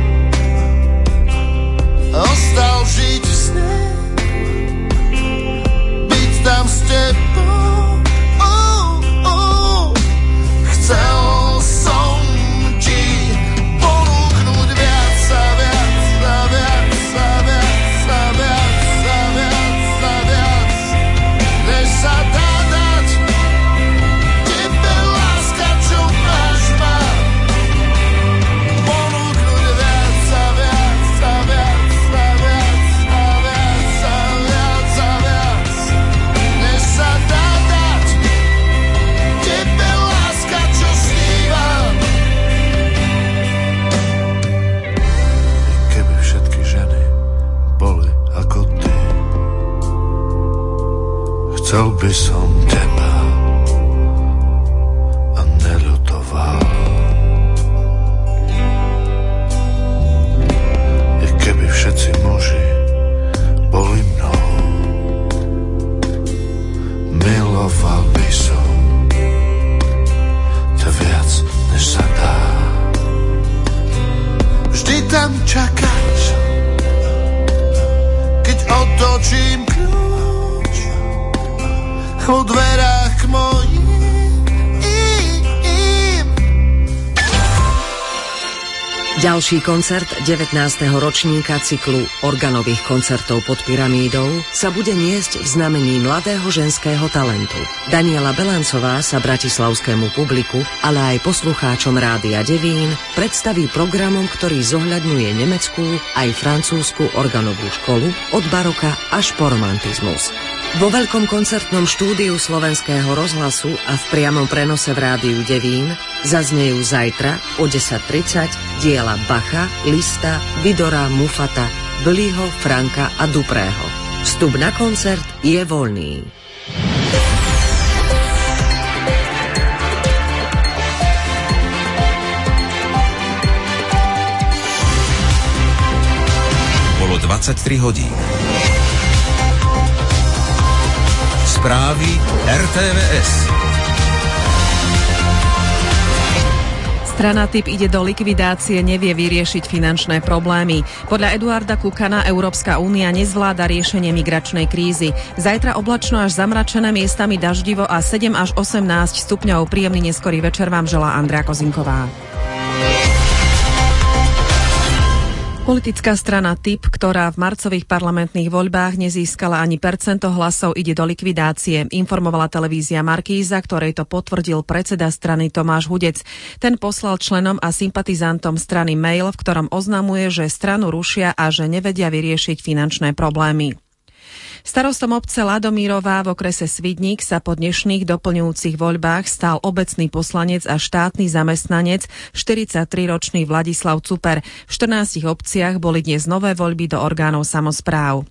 ostal žiť v sne, byť tam s tebou. Oh, oh. Chcel som ti ponúknuť viac a viac a viac a viac a viac a viac a viac, než sa dá dať tebe láska, čo máš mať. Ponúknuť viac a viac a viac a viac a viac a viac a viac, než sa dá dať tebe láska, čo snívam. Keby všetky ženy boli ako ty, chcel by som teba a neľutoval. I keby všetci muži boli mnou, miloval by som ťa viac, než sa dá. Vždy tam čakáš, keď otočím kľúč o dverách k mojim. Ďalší koncert devätnásteho ročníka cyklu organových koncertov pod pyramídou sa bude niesť v znamení mladého ženského talentu. Daniela Belancová sa bratislavskému publiku, ale aj poslucháčom Rádia Devín predstaví programom, ktorý zohľadňuje nemeckú aj francúzsku organovú školu od baroka až po romantizmus. Vo veľkom koncertnom štúdiu Slovenského rozhlasu a v priamom prenose v Rádiu Devín zaznejú zajtra o desať tridsať diela Bacha, Lista, Vidora, Mufata, Bliho, Franka a Duprého. Vstup na koncert je voľný. Bolo dvadsaťtri hodín. Správy er té vé es. Strana Typ ide do likvidácie, nevie vyriešiť finančné problémy. Podľa Eduarda Kukana Európska únia nezvláda riešenie migračnej krízy. Zajtra oblačno až zamračené, miestami daždivo a sedem až osemnásť stupňov. Príjemný neskorý večer vám želá Andrea Kozinková. Politická strana Typ, ktorá v marcových parlamentných voľbách nezískala ani percento hlasov, ide do likvidácie, informovala televízia Markíza, ktorej to potvrdil predseda strany Tomáš Hudec. Ten poslal členom a sympatizantom strany mail, v ktorom oznamuje, že stranu rušia a že nevedia vyriešiť finančné problémy. Starostom obce Ladomírová v okrese Svidník sa po dnešných doplňujúcich voľbách stal obecný poslanec a štátny zamestnanec štyridsaťtriročný Vladislav Cuper. V štrnástich obciach boli dnes nové voľby do orgánov samospráv.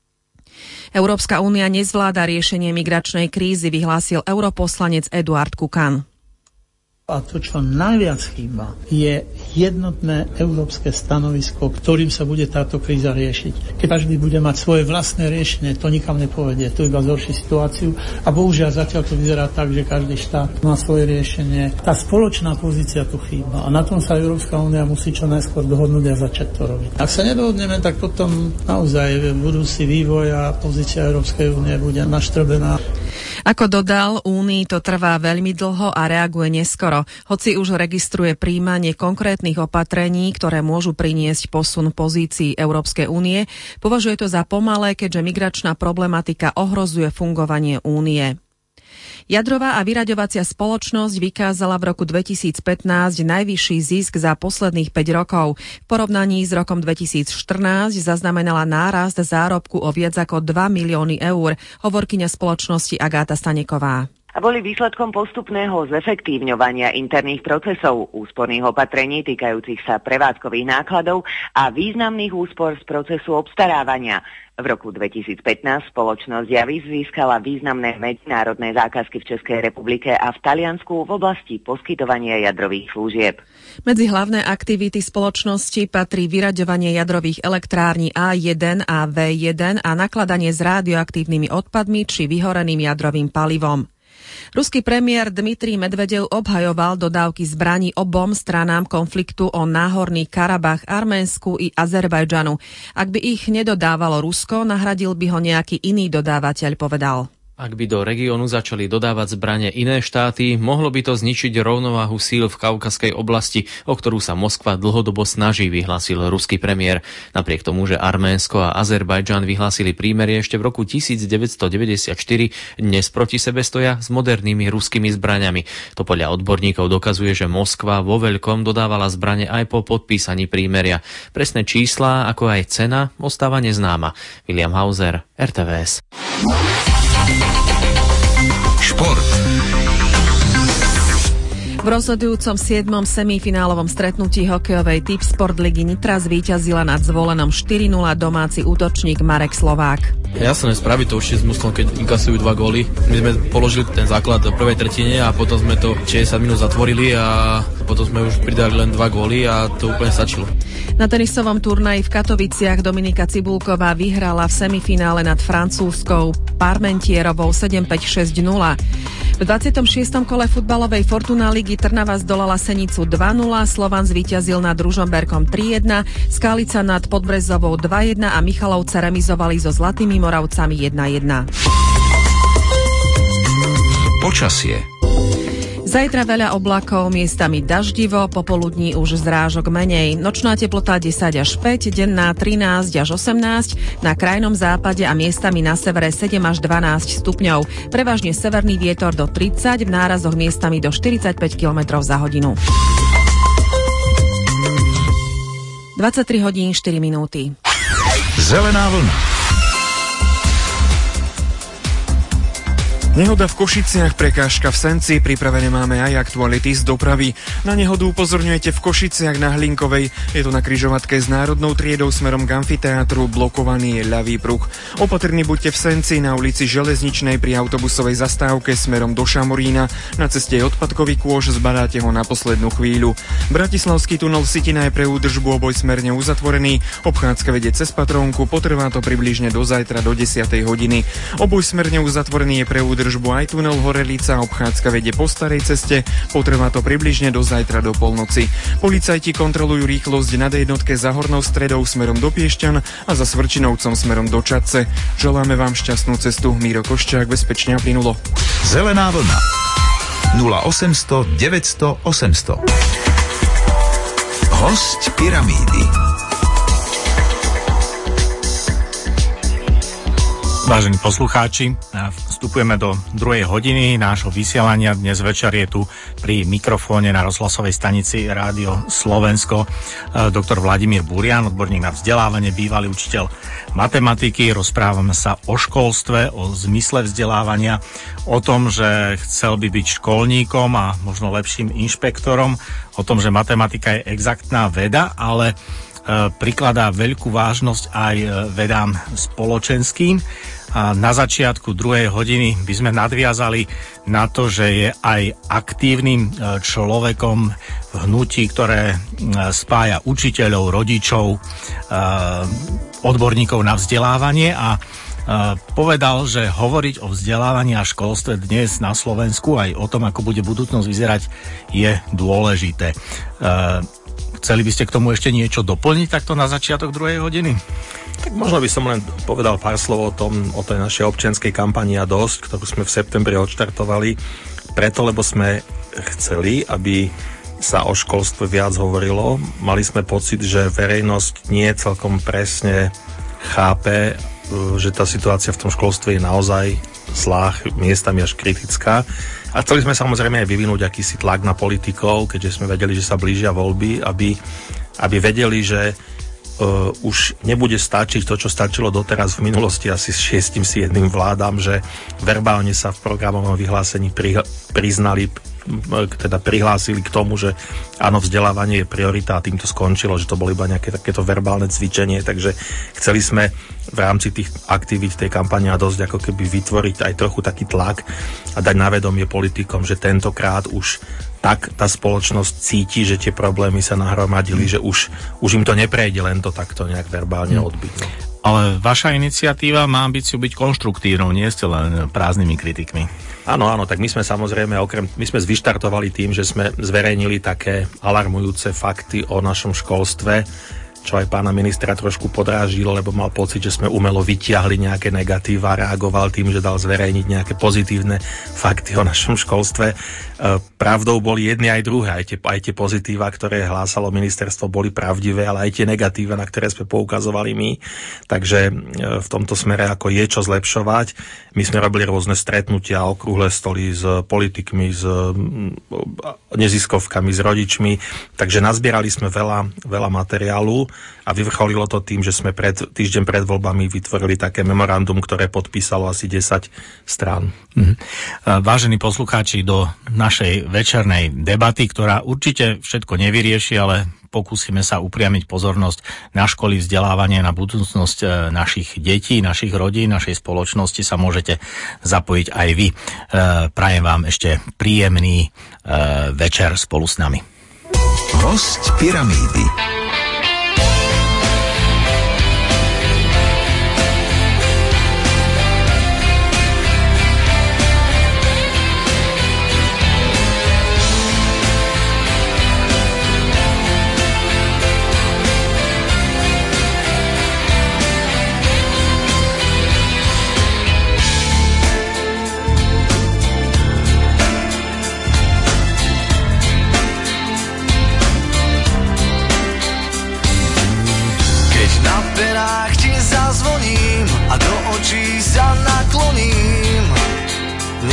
Európska únia nezvláda riešenie migračnej krízy, vyhlásil europoslanec Eduard Kukan. A to, čo najviac chýba, je jednotné európske stanovisko, ktorým sa bude táto kríza riešiť. Keď každý bude mať svoje vlastné riešenie, to nikam nepovedie, to iba zhorší situáciu. A bohužiaľ zatiaľ to vyzerá tak, že každý štát má svoje riešenie. Tá spoločná pozícia tu chýba a na tom sa Európska únia musí čo najskôr dohodnúť a začať to robiť. Ak sa nedohodneme, tak potom naozaj budúci vývoj a pozícia Európskej únie bude naštrbená. Ako dodal, Únii to trvá veľmi dlho a reaguje neskoro, hoci už registruje príjmanie konkrétnych opatrení, ktoré môžu priniesť posun pozícií Európskej únie. Považuje to za pomalé, keďže migračná problematika ohrozuje fungovanie únie. Jadrová a vyraďovacia spoločnosť vykázala v roku dvetisícpätnásť najvyšší zisk za posledných päť rokov. V porovnaní s rokom dvetisícštrnásť zaznamenala nárast zárobku o viac ako dva milióny eur, hovorkyňa spoločnosti Agáta Staneková. A boli výsledkom postupného zefektívňovania interných procesov, úsporných opatrení týkajúcich sa prevádzkových nákladov a významných úspor z procesu obstarávania. V roku dvetisícpätnásť spoločnosť Javis získala významné medzinárodné zákazky v Českej republike a v Taliansku v oblasti poskytovania jadrových služieb. Medzi hlavné aktivity spoločnosti patrí vyraďovanie jadrových elektrární á jeden a vé jeden a nakladanie s radioaktívnymi odpadmi či vyhoreným jadrovým palivom. Ruský premiér Dmitrij Medvedev obhajoval dodávky zbraní obom stranám konfliktu o Náhorný Karabach, Arménsku i Azerbajdžanu. Ak by ich nedodávalo Rusko, nahradil by ho nejaký iný dodávateľ, povedal. Ak by do regiónu začali dodávať zbrane iné štáty, mohlo by to zničiť rovnováhu síl v Kaukazskej oblasti, o ktorú sa Moskva dlhodobo snaží, vyhlásil ruský premiér. Napriek tomu, že Arménsko a Azerbajdžan vyhlásili prímerie ešte v roku devätnásťstodeväťdesiatštyri, dnes proti sebe stoja s modernými ruskými zbraňami. To podľa odborníkov dokazuje, že Moskva vo veľkom dodávala zbrane aj po podpísaní prímeria. Presné čísla, ako aj cena, ostáva neznáma. William Hauser, er té vé es. Šport. V rozhodujúcom siedmom semifinálovom stretnutí hokejovej Typ Sport ligy Nitra zvíťazila nad Zvolenom štyri nula domáci útočník Marek Slovák. Jasné, spraví to určite s mužstvom, keď inkasujú dva góly. My sme položili ten základ v prvej tretine a potom sme to šesťdesiat minút zatvorili a potom sme už pridali len dva góly a to úplne stačilo. Na tenisovom turnaji v Katoviciach Dominika Cibulková vyhrala v semifinále nad francúzskou Parmentierovou sedem päť šesť nula. V dvadsiatom šiestom kole futbalovej Fortuna ligy Trnava zdolala Senicu dva nula, Slovan zvíťazil nad Ružomberkom tri jedna, Skalica nad Podbrezovou dva jedna a Michalovce remizovali so Zlatými Moravcami jedna jedna. Počasie. Zajtra veľa oblakov, miestami daždivo, popoludní už zrážok menej. Nočná teplota desať až päť, denná trinásť až osemnásť, na krajnom západe a miestami na severe sedem až dvanásť stupňov. Prevažne severný vietor do tridsať, v nárazoch miestami do štyridsaťpäť kilometrov za hodinu. dvadsaťtri hodín štyri minúty. Zelená vlna. Nehoda v Košiciach, prekážka v Senci, pripravené máme aj aktuality z dopravy. Na nehodu upozorňujete v Košiciach na Hlinkovej. Je to na križovatke s Národnou triedou smerom k amfiteátru, blokovaný je ľavý pruh. Opatrní buďte v Senci, na ulici Železničnej pri autobusovej zastávke smerom do Šamorína. Na ceste je odpadkový kôš, zbadáte ho na poslednú chvíľu. Bratislavský tunel Sitina je pre údržbu obojsmerne uzatvorený. Obchádzka vedie cez Patrónku, potrvá to približne do zajtra do desiatej hodiny. Obojsmerne uzatvorený je pre údržbu držbu aj tunel Horelica, obchádzka vedie po starej ceste, potrvá to približne do zajtra do polnoci. Policajti kontrolujú rýchlosť na dé jednotke za Hornou Stredou smerom do Piešťan a za Svrčinovcom smerom do Čadce. Želáme vám šťastnú cestu. Míro Koščák, bezpečne a plynulo. Zelená vlna nula osemsto deväťsto osemsto. Hosť Pyramídy. Vážení poslucháči, vstupujeme do druhej hodiny nášho vysielania. Dnes večer je tu pri mikrofóne na rozhlasovej stanici Rádio Slovensko doktor Vladimír Burian, odborník na vzdelávanie, bývalý učiteľ matematiky. Rozprávame sa o školstve, o zmysle vzdelávania, o tom, že chcel by byť školníkom a možno lepším inšpektorom, o tom, že matematika je exaktná veda, ale prikladá veľkú vážnosť aj vedám spoločenským. A na začiatku druhej hodiny by sme nadviazali na to, že je aj aktívnym človekom v hnutí, ktoré spája učiteľov, rodičov, odborníkov na vzdelávanie a povedal, že hovoriť o vzdelávaní a školstve dnes na Slovensku aj o tom, ako bude budúcnosť vyzerať, je dôležité. Chceli by ste k tomu ešte niečo doplniť takto na začiatok druhej hodiny? Tak možno by som len povedal pár slov o tom, o tej našej občianskej kampani A dosť, ktorú sme v septembri odštartovali, preto, lebo sme chceli, aby sa o školstve viac hovorilo. Mali sme pocit, že verejnosť nie celkom presne chápe, že tá situácia v tom školstve je naozaj zlá, miestami až kritická. A chceli sme samozrejme aj vyvinúť akýsi tlak na politikov, keďže sme vedeli, že sa blížia voľby, aby, aby vedeli, že Uh, už nebude stačiť to, čo stačilo doteraz v minulosti asi s šiestim, siedmym vládam, že verbálne sa v programovom vyhlásení pri, priznali, teda prihlásili k tomu, že áno, vzdelávanie je priorita a tým to skončilo, že to bolo iba nejaké takéto verbálne cvičenie, takže chceli sme v rámci tých aktivít tej kampane A dosť ako keby vytvoriť aj trochu taký tlak a dať na vedomie politikom, že tentokrát už tak tá spoločnosť cíti, že tie problémy sa nahromadili, že už, už im to neprejde len to takto nejak verbálne odbiť. No. Ale vaša iniciatíva má ambíciu byť konštruktívnou, nie ste len prázdnymi kritikmi. Áno, áno, tak my sme samozrejme, okrem, my sme zvyštartovali tým, že sme zverejnili také alarmujúce fakty o našom školstve, čo aj pána ministra trošku podrážilo, lebo mal pocit, že sme umelo vytiahli nejaké negatíva a reagoval tým, že dal zverejniť nejaké pozitívne fakty o našom školstve. Pravdou boli jedny aj druhé, aj tie, aj tie pozitíva, ktoré hlásalo ministerstvo, boli pravdivé, ale aj tie negatíva, na ktoré sme poukazovali my. Takže v tomto smere ako je čo zlepšovať. My sme robili rôzne stretnutia, okrúhle stoly s politikmi, s neziskovkami, s rodičmi, takže nazbierali sme veľa, veľa materiálu a vyvrcholilo to tým, že sme pred, týždeň pred voľbami vytvorili také memorandum, ktoré podpísalo asi desať strán. Mhm. Vážení poslucháči, do našej večernej debaty, ktorá určite všetko nevyrieši, ale pokúsime sa upriamiť pozornosť na školy, vzdelávanie, na budúcnosť našich detí, našich rodín, našej spoločnosti sa môžete zapojiť aj vy. Prajem vám ešte príjemný večer spolu s nami. Hosť Pyramídy.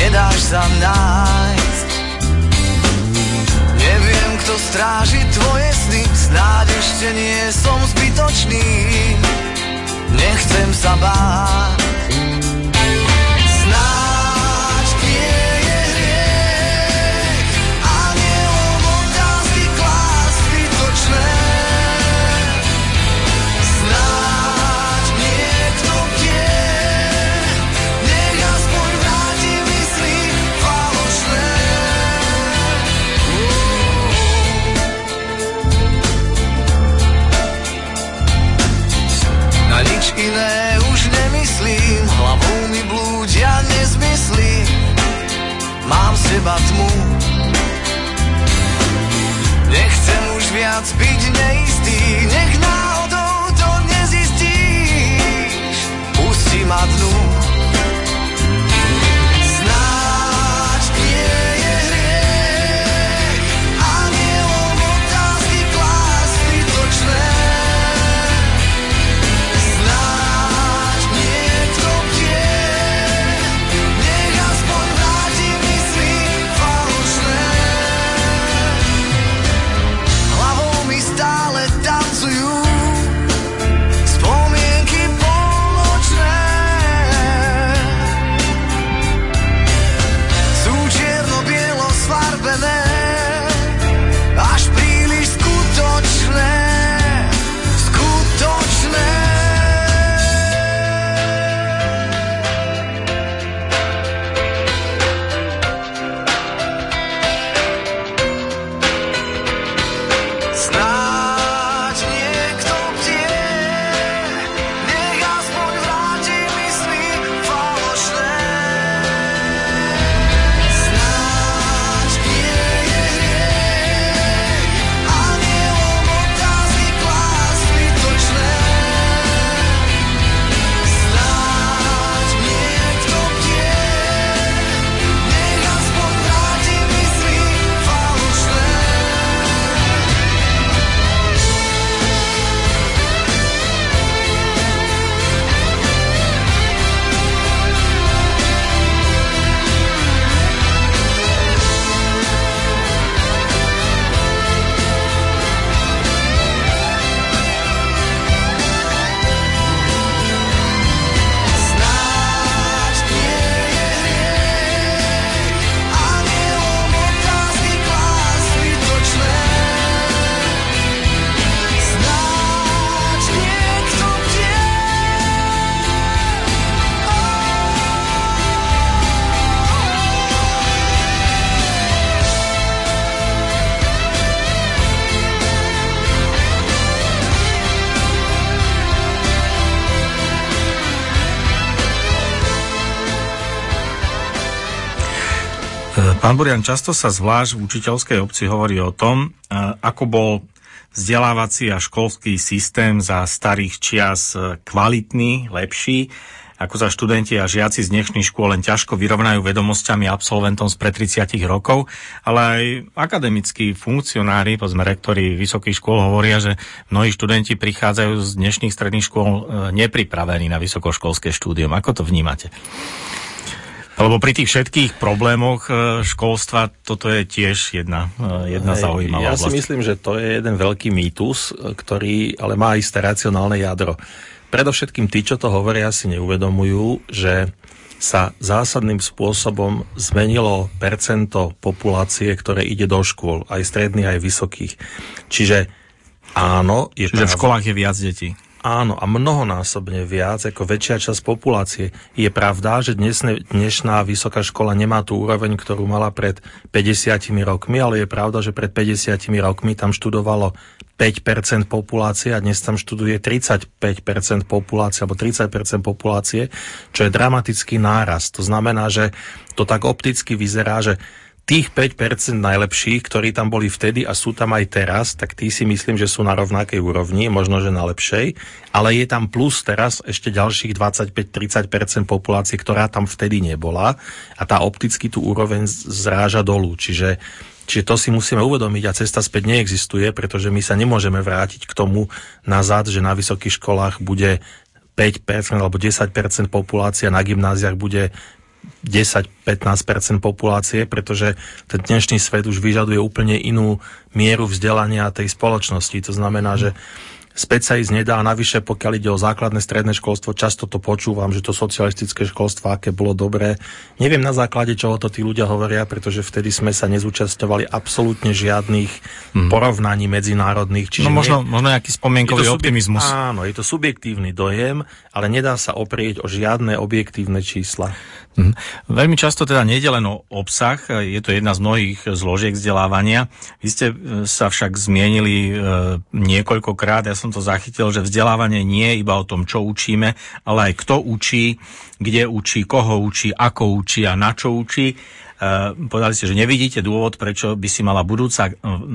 nedáš sa nájsť. Neviem, kto stráži tvoje sny, snáď ešte nie som zbytočný. Nechcem sa báť, snáď nie je hriech anielom otázky klásť zbytočné. Snáď niekto bdie, nech aspoň vráti mysli falošné. Na nič iné už nemyslím, hlavou mi blúdia nezmysly. Mám z teba tmu, nechcem už viac byť neistý. Nech náhodou to nezistíš, pusti ma dnu. Snáď nie je hriech anielom otázky klásť zbytočné. Snáď niekto bdie, nech aspoň vráti mysli falošné. Hlavou mi stále tancujú spomienky polnočné. Sú čierno-bielo sfarbené, až príliš skutočné, skutočné. Snáď niekto bdie, nech aspoň vráti mysli falošné. Snáď nie je hriech anielom otázky klásť zbytočné. Snáď niekto bdie, nech aspoň vráti mysli falošné. Snáď nie je hriech anielom otázky klásť zbytočné. Snáď niekto bdie. Pán Burian, často sa zvlášť v učiteľskej obci hovorí o tom, ako bol vzdelávací a školský systém za starých čias kvalitný, lepší, ako sa študenti a žiaci z dnešných škôl len ťažko vyrovnajú vedomosťami absolventom spred tridsiatich rokov, ale aj akademickí funkcionári, povedzme rektori vysokých škôl hovoria, že mnohí študenti prichádzajú z dnešných stredných škôl nepripravení na vysokoškolské štúdium. Ako to vnímate? Lebo pri tých všetkých problémoch školstva toto je tiež jedna, jedna zaujímavá Ja oblasť. si myslím, že to je jeden veľký mýtus, ktorý ale má isté racionálne jadro. Predovšetkým tí, čo to hovoria, si neuvedomujú, že sa zásadným spôsobom zmenilo percento populácie, ktoré ide do škôl, aj stredných, aj vysokých. Čiže áno, je Čiže v školách je viac detí. Áno, a mnohonásobne viac, ako väčšia časť populácie. Je pravda, že dnes, dnešná vysoká škola nemá tú úroveň, ktorú mala pred päťdesiatimi rokmi, ale je pravda, že pred päťdesiatimi rokmi tam študovalo päť percent populácie a dnes tam študuje tridsaťpäť percent populácie alebo tridsať percent populácie, čo je dramatický nárast. To znamená, že to tak opticky vyzerá, že tých päť percent najlepších, ktorí tam boli vtedy a sú tam aj teraz, tak tí si myslím, že sú na rovnakej úrovni, možno, že na lepšej, ale je tam plus teraz ešte ďalších dvadsaťpäť až tridsať percent populácie, ktorá tam vtedy nebola a tá opticky tú úroveň zráža dolu. Čiže, čiže to si musíme uvedomiť a cesta späť neexistuje, pretože my sa nemôžeme vrátiť k tomu nazad, že na vysokých školách bude päť percent alebo desať percent populácia, na gymnáziách bude desať až pätnásť percent populácie, pretože ten dnešný svet už vyžaduje úplne inú mieru vzdelania tej spoločnosti. To znamená, že späť sa ísť nedá, a navyše, pokiaľ ide o základné stredné školstvo, často to počúvam, že to socialistické školstvo, aké bolo dobré. Neviem na základe čoho to tí ľudia hovoria, pretože vtedy sme sa nezúčastňovali absolútne žiadnych mm. porovnaní medzinárodných. Čiže no možno, nie, možno nejaký spomienkový subjek- optimizmus. Áno, je to subjektívny dojem, ale nedá sa oprieť o žiadne objektívne čísla. Mm. Veľmi často teda nejde len o obsah, je to jedna z mnohých zložiek vzdelávania. Vy ste sa však zmienili e, niekoľkokrát, ja som to zachytil, že vzdelávanie nie je iba o tom, čo učíme, ale aj kto učí, kde učí, koho učí, ako učí a na čo učí. E, povedali ste, že nevidíte dôvod, prečo by si mala budúca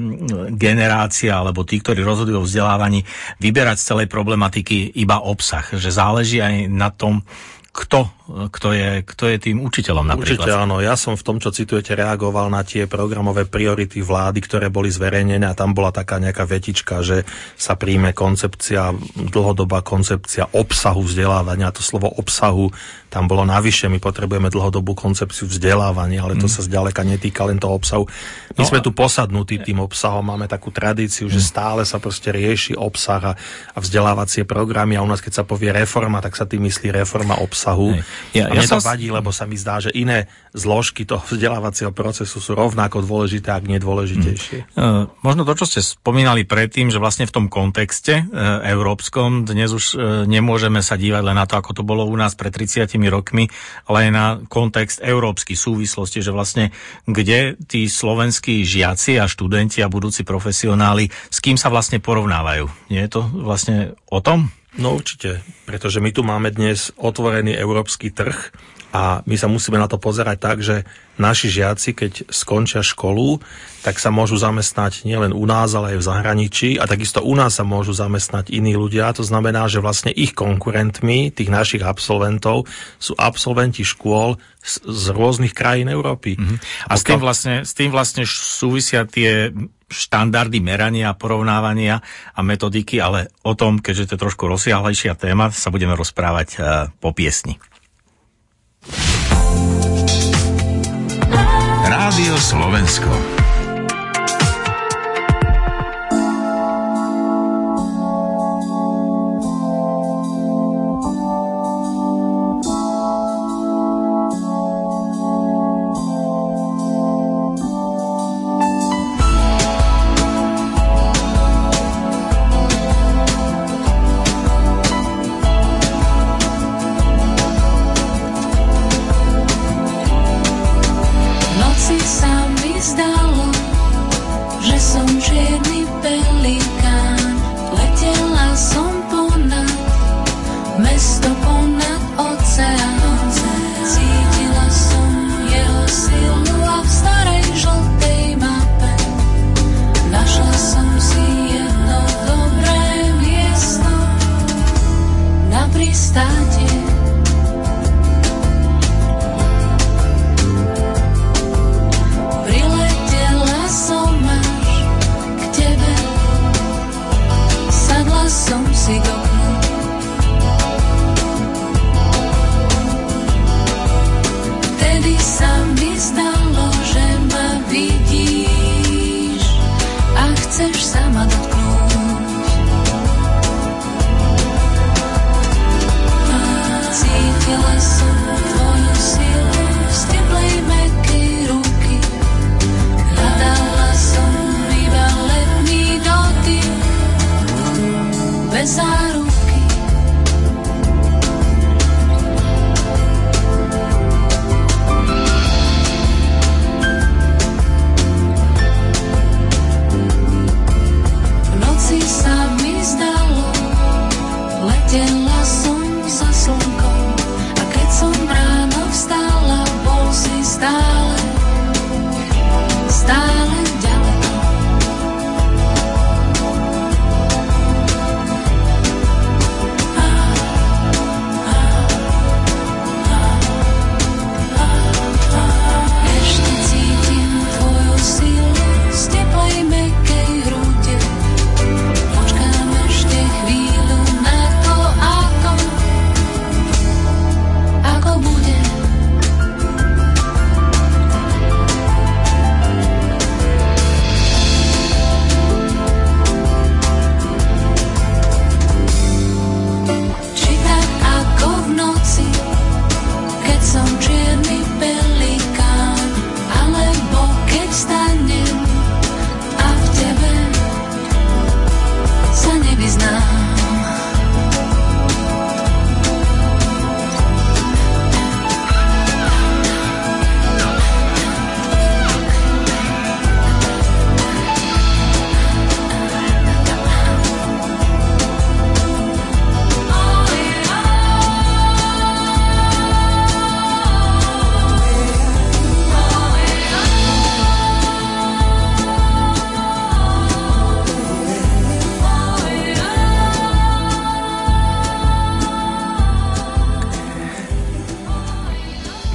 generácia alebo tí, ktorí rozhodujú o vzdelávaní, vyberať z celej problematiky iba obsah, že záleží aj na tom, Kto, kto, je, kto je tým učiteľom napríklad? Určite áno. Ja som v tom, čo citujete, reagoval na tie programové priority vlády, ktoré boli zverejnené, a tam bola taká nejaká vetička, že sa príjme koncepcia, dlhodobá koncepcia obsahu vzdelávania. To slovo obsahu tam bolo navyše. My potrebujeme dlhodobú koncepciu vzdelávania, ale to mm. sa zďaleka netýka len toho obsahu. My no, sme tu posadnutí tým obsahom, máme takú tradíciu, že stále sa proste rieši obsah a, a vzdelávacie programy, a u nás, keď sa povie reforma, tak sa tým myslí reforma obsahu. Ja, a mne ja to vadí, lebo sa mi zdá, že iné zložky toho vzdelávacieho procesu sú rovnako dôležité, ak nedôležitejšie. Hmm. E, možno to, čo ste spomínali predtým, že vlastne v tom kontexte e, európskom dnes už e, nemôžeme sa dívať len na to, ako to bolo u nás pred tridsiatimi rokmi, ale aj na kontext európskych súvislosti, že vlastne kde tí slovenskí žiaci a študenti a budúci profesionáli, s kým sa vlastne porovnávajú. Nie je to vlastne o tom? No určite, pretože my tu máme dnes otvorený európsky trh a my sa musíme na to pozerať tak, že naši žiaci, keď skončia školu, tak sa môžu zamestnať nielen u nás, ale aj v zahraničí, a takisto u nás sa môžu zamestnať iní ľudia. To znamená, že vlastne ich konkurentmi, tých našich absolventov, sú absolventi škôl z, z rôznych krajín Európy. Mm-hmm. A, a s tým vlastne, s tým vlastne súvisia tie štandardy merania, porovnávania a metodiky, ale o tom, keďže to je trošku rozsiahlejšia téma, sa budeme rozprávať uh, po piesni. Rádio Slovensko. Počkám ešte chvíľu na to, a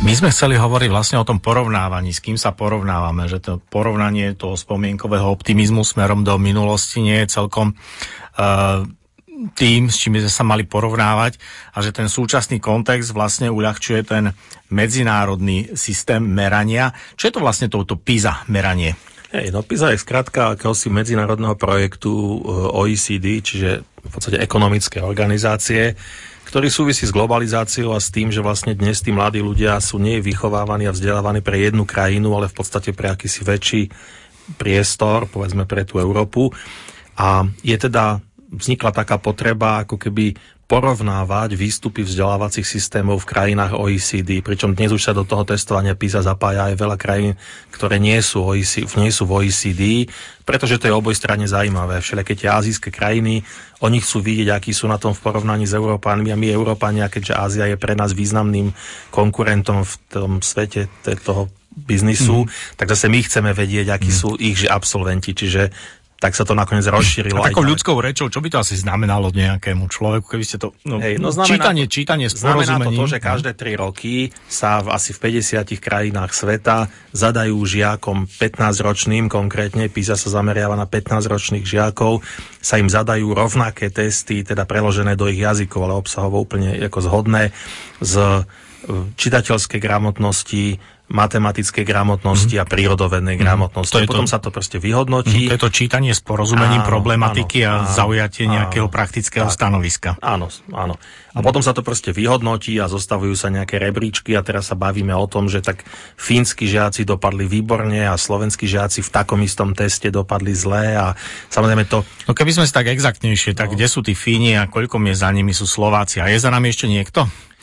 My sme chceli hovoriť vlastne o tom porovnávaní, s kým sa porovnávame, že to porovnanie toho spomienkového optimizmu smerom do minulosti nie je celkom uh, tým, s čím by sme sa mali porovnávať a že ten súčasný kontext vlastne uľahčuje ten medzinárodný systém merania. Čo je to vlastne touto PISA meranie? Hej, no PISA je skrátka akéhosi medzinárodného projektu O E C D, čiže v podstate ekonomické organizácie, ktorý súvisí s globalizáciou a s tým, že vlastne dnes tí mladí ľudia sú nie vychovávaní a vzdelávaní pre jednu krajinu, ale v podstate pre akýsi väčší priestor, povedzme pre tú Európu. A je teda, vznikla taká potreba ako keby porovnávať výstupy vzdelávacích systémov v krajinách O E C D, pričom dnes už sa do toho testovania PISA zapája aj veľa krajín, ktoré nie sú, O E C, nie sú v O E C D, pretože to je obojstranne zaujímavé. Všelijaké tie azijské krajiny, oni chcú vidieť, akí sú na tom v porovnaní s Európanmi a my Európania, keďže Ázia je pre nás významným konkurentom v tom svete toho biznisu, mm. tak zase my chceme vedieť, akí mm. sú ich absolventi, čiže tak sa to nakoniec rozšírilo. A takou ľudskou rečou, čo by to asi znamenalo nejakému človeku, keby ste to... No, Hej, no znamená, čítanie, čítanie s porozumením. Znamená to to, že každé tri roky sa v asi v päťdesiatich krajinách sveta zadajú žiakom pätnásťročným, konkrétne PISA sa zameriava na pätnásťročných žiakov, sa im zadajú rovnaké testy, teda preložené do ich jazykov, ale obsahovo úplne ako zhodné, z čitateľskej gramotnosti, matematickej gramotnosti mm. a prírodovednej mm. gramotnosti. To potom to, sa to proste vyhodnotí. Mm. To je to čítanie s porozumením áno, problematiky áno, a zaujatie áno, nejakého praktického tak, stanoviska. Áno, áno. A mm. potom sa to proste vyhodnotí a zostavujú sa nejaké rebríčky a teraz sa bavíme o tom, že tak fínsky žiaci dopadli výborne a slovenskí žiaci v takom istom teste dopadli zle a samozrejme to... No keby sme si tak exaktnejšie, tak no. kde sú tí Fíni a koľko je za nimi sú Slováci? A je za nami ešte niekto?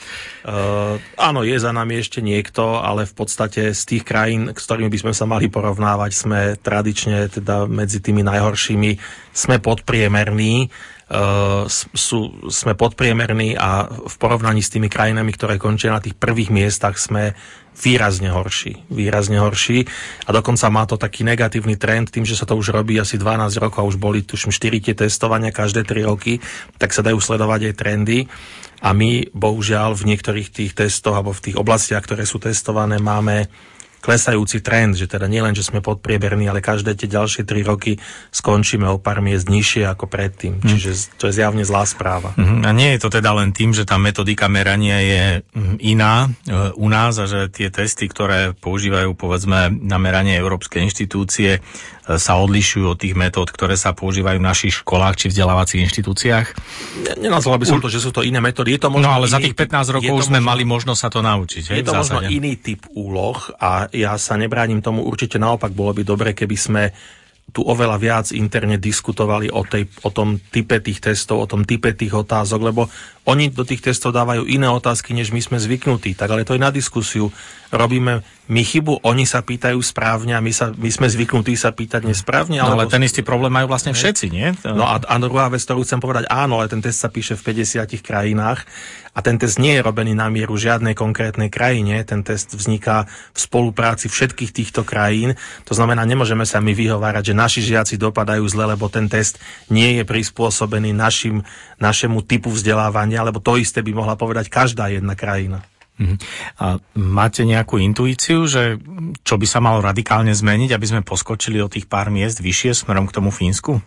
Uh, áno, je za nami ešte niekto, ale v podstate z tých krajín, s ktorými by sme sa mali porovnávať, sme tradične teda medzi tými najhoršími, sme podpriemerní, uh, sú, sme podpriemerní a v porovnaní s tými krajinami, ktoré končia na tých prvých miestach, sme výrazne horší, výrazne horší a dokonca má to taký negatívny trend, tým, že sa to už robí asi dvanásť rokov a už boli tuším štyri tie testovania každé tri roky, tak sa dajú sledovať aj trendy. A my, bohužiaľ, v niektorých tých testoch alebo v tých oblastiach, ktoré sú testované, máme klesajúci trend, že teda nielen, že sme podpriemerní, ale každé tie ďalšie tri roky skončíme o pár miest nižšie ako predtým. Hmm. Čiže to je zjavne zlá správa. Hmm. A nie je to teda len tým, že tá metodika merania je iná u nás a že tie testy, ktoré používajú povedzme na meranie európske inštitúcie, sa odlišujú od tých metód, ktoré sa používajú v našich školách či vzdelávacích inštitúciách? Nenazval by som to, že sú to iné metódy. Je to možno no ale iný, za tých pätnásť rokov už sme možno, mali možnosť sa to naučiť. Je to možno iný typ úloh a ja sa nebránim tomu, určite naopak bolo by dobre, keby sme tu oveľa viac interne diskutovali o, tej, o tom type tých testov, o tom type tých otázok, lebo oni do tých testov dávajú iné otázky, než my sme zvyknutí. Tak ale to je na diskusiu. Robíme my chybu, oni sa pýtajú správne a my, sa, my sme zvyknutí sa pýtať nesprávne. No, ale ten istý problém majú vlastne všetci, nie? No a, a druhá vec, ktorú chcem povedať, áno, ale ten test sa píše v päťdesiatich krajinách a ten test nie je robený na mieru žiadnej konkrétnej krajine. Ten test vzniká v spolupráci všetkých týchto krajín. To znamená, nemôžeme sa my vyhovárať, že naši žiaci dopadajú zle, lebo ten test nie je prispôsobený našim, našemu typu vzdelávania, lebo to isté by mohla povedať každá jedna krajina. Uh-huh. A máte nejakú intuíciu, že čo by sa malo radikálne zmeniť, aby sme poskočili o tých pár miest vyššie smerom k tomu Fínsku?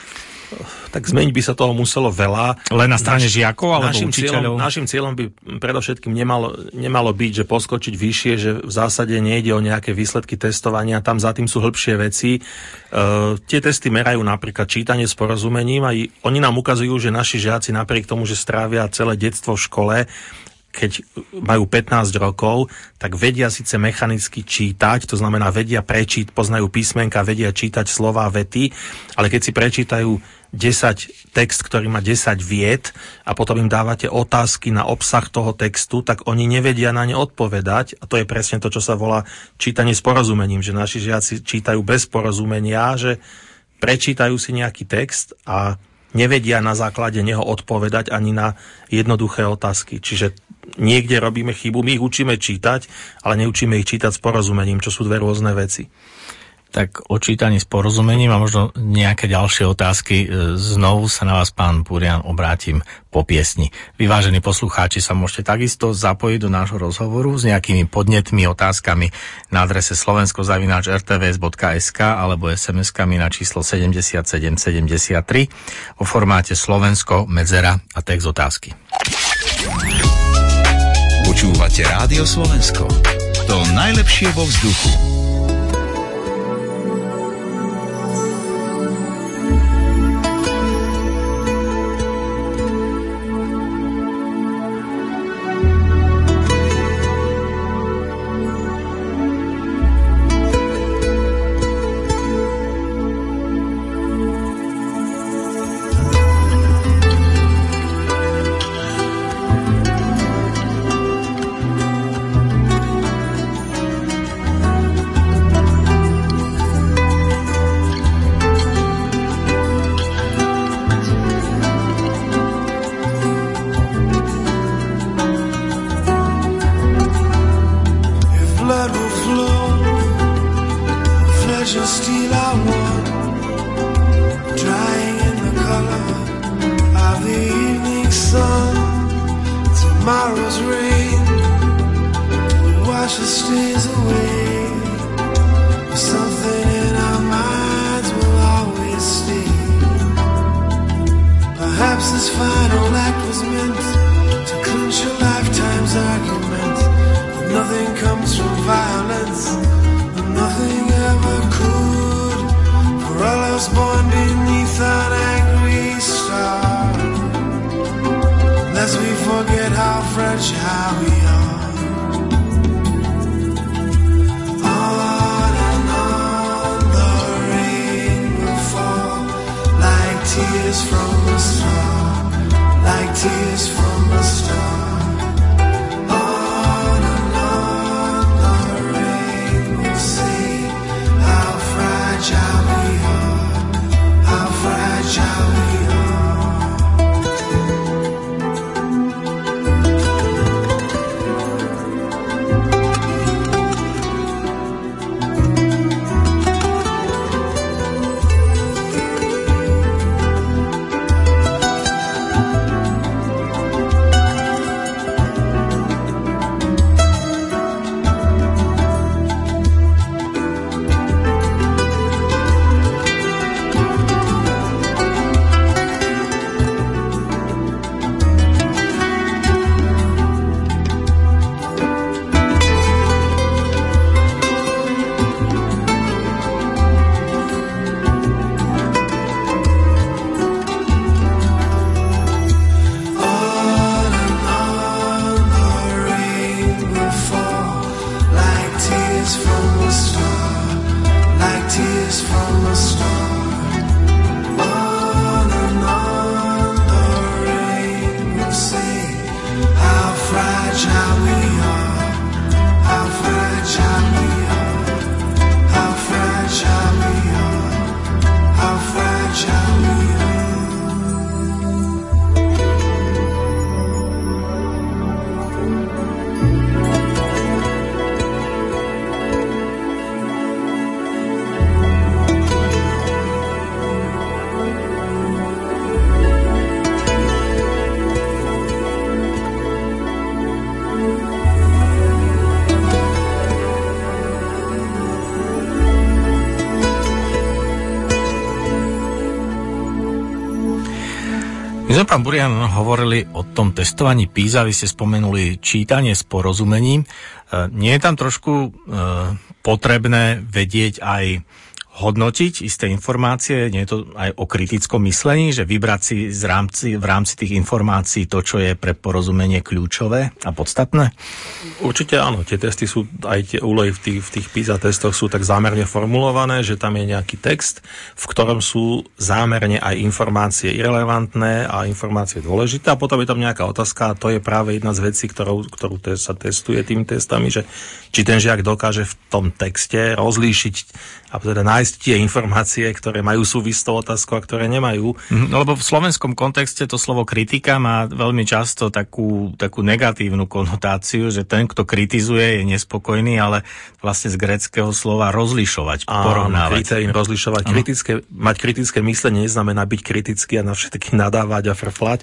Tak zmeniť by sa toho muselo veľa. Len na strane Naš, žiakov alebo našim učiteľov? Cieľom, našim cieľom by predovšetkým nemalo, nemalo byť, že poskočiť vyššie, že v zásade nejde o nejaké výsledky testovania, tam za tým sú hĺbšie veci. Uh, tie testy merajú napríklad čítanie s porozumením a oni nám ukazujú, že naši žiaci napriek tomu, že strávia celé detstvo v škole, keď majú pätnásť rokov, tak vedia síce mechanicky čítať, to znamená vedia prečítať, poznajú písmenka, vedia čítať slová, vety, ale keď si prečítajú desať text, ktorý má desať viet a potom im dávate otázky na obsah toho textu, tak oni nevedia na ne odpovedať a to je presne to, čo sa volá čítanie s porozumením, že naši žiaci čítajú bez porozumenia, že prečítajú si nejaký text a nevedia na základe neho odpovedať ani na jednoduché otázky. Čiže niekde robíme chybu, my ich učíme čítať, ale neučíme ich čítať s porozumením, čo sú dve rôzne veci. Tak o čítaní s porozumením a možno nejaké ďalšie otázky. Znovu sa na vás, pán Burian, obrátim po piesni. Vyvážení poslucháči sa môžete takisto zapojiť do nášho rozhovoru s nejakými podnetmi, otázkami na adrese slovensko zavináč er té vé es bodka es ká alebo es em eskami na číslo sedemdesiatsedem sedemdesiattri vo formáte Slovensko, medzera a text otázky. Počúvate Rádio Slovensko. To najlepšie vo vzduchu. My sme, pán Burian, hovorili o tom testovaní PISA, vy ste spomenuli čítanie s porozumením. Nie je tam trošku e, potrebné vedieť aj hodnotiť isté informácie, nie je to aj o kritickom myslení, že vybrať si z rámci, v rámci tých informácií to, čo je pre porozumenie kľúčové a podstatné? Určite áno, tie testy sú, aj tie úlohy v tých, v tých PISA testoch sú tak zámerne formulované, že tam je nejaký text, v ktorom sú zámerne aj informácie irelevantné a informácie dôležité a potom je tam nejaká otázka a to je práve jedna z vecí, ktorou, ktorú te, sa testuje tými testami, že či ten žiak dokáže v tom texte rozlíšiť a teda nájsť nájsť tie informácie, ktoré majú súvisť s tou otázkou a ktoré nemajú. Mm, lebo v slovenskom kontexte to slovo kritika má veľmi často takú, takú negatívnu konotáciu, že ten, kto kritizuje, je nespokojný, ale vlastne z gréckeho slova rozlišovať, porovnávať. Kritérium rozlišovať. Kritické, mať kritické myslenie neznamená byť kritický a na všetky nadávať a frflať.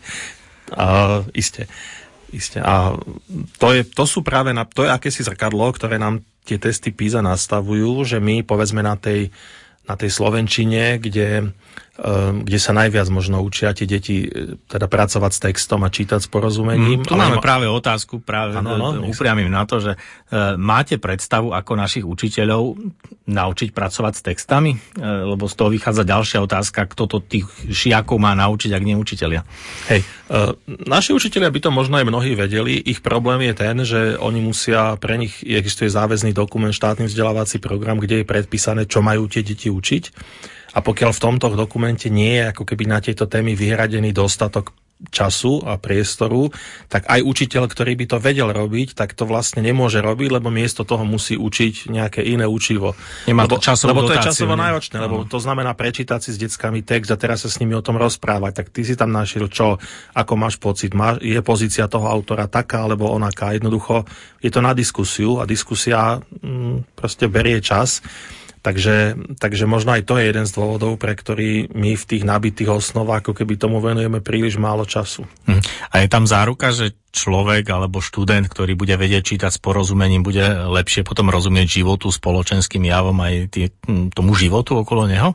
Uh, isté. Isté. A to, je, to sú práve na, to je akési zrkadlo, ktoré nám tie testy PISA nastavujú, že my povedzme na tej, na tej slovenčine, kde, um, kde sa najviac možno učia tie deti teda pracovať s textom a čítať s porozumením. Mm, tu máme ma... práve otázku, práve ano, no, upriamím na to, že uh, máte predstavu, ako našich učiteľov naučiť pracovať s textami? Uh, lebo z toho vychádza ďalšia otázka, kto to tých šiakov má naučiť, ak nie učitelia. Hej, uh, naši učitelia by to možno aj mnohí vedeli. Ich problém je ten, že oni musia, pre nich existuje záväzný dokument, štátny vzdelávací program, kde je predpísané, čo majú tie deti učiť. A pokiaľ v tomto dokumente nie je ako keby na tieto témy vyhradený dostatok času a priestoru, tak aj učiteľ, ktorý by to vedel robiť, tak to vlastne nemôže robiť, lebo miesto toho musí učiť nejaké iné učivo. Nemá to časovú lebo to dotáciu, je časovo ne? náročné, lebo to znamená prečítať si s deckami text a teraz sa s nimi o tom rozprávať. Tak ty si tam našiel čo, ako máš pocit, má, je pozícia toho autora taká alebo onaká. Jednoducho je to na diskusiu a diskusia mm, proste berie čas. Takže, takže možno aj to je jeden z dôvodov, pre ktorý my v tých nabitých osnovách ako keby tomu venujeme príliš málo času. Hm. A je tam záruka, že človek alebo študent, ktorý bude vedieť čítať s porozumením, bude lepšie potom rozumieť životu, spoločenským javom aj tý, tomu životu okolo neho?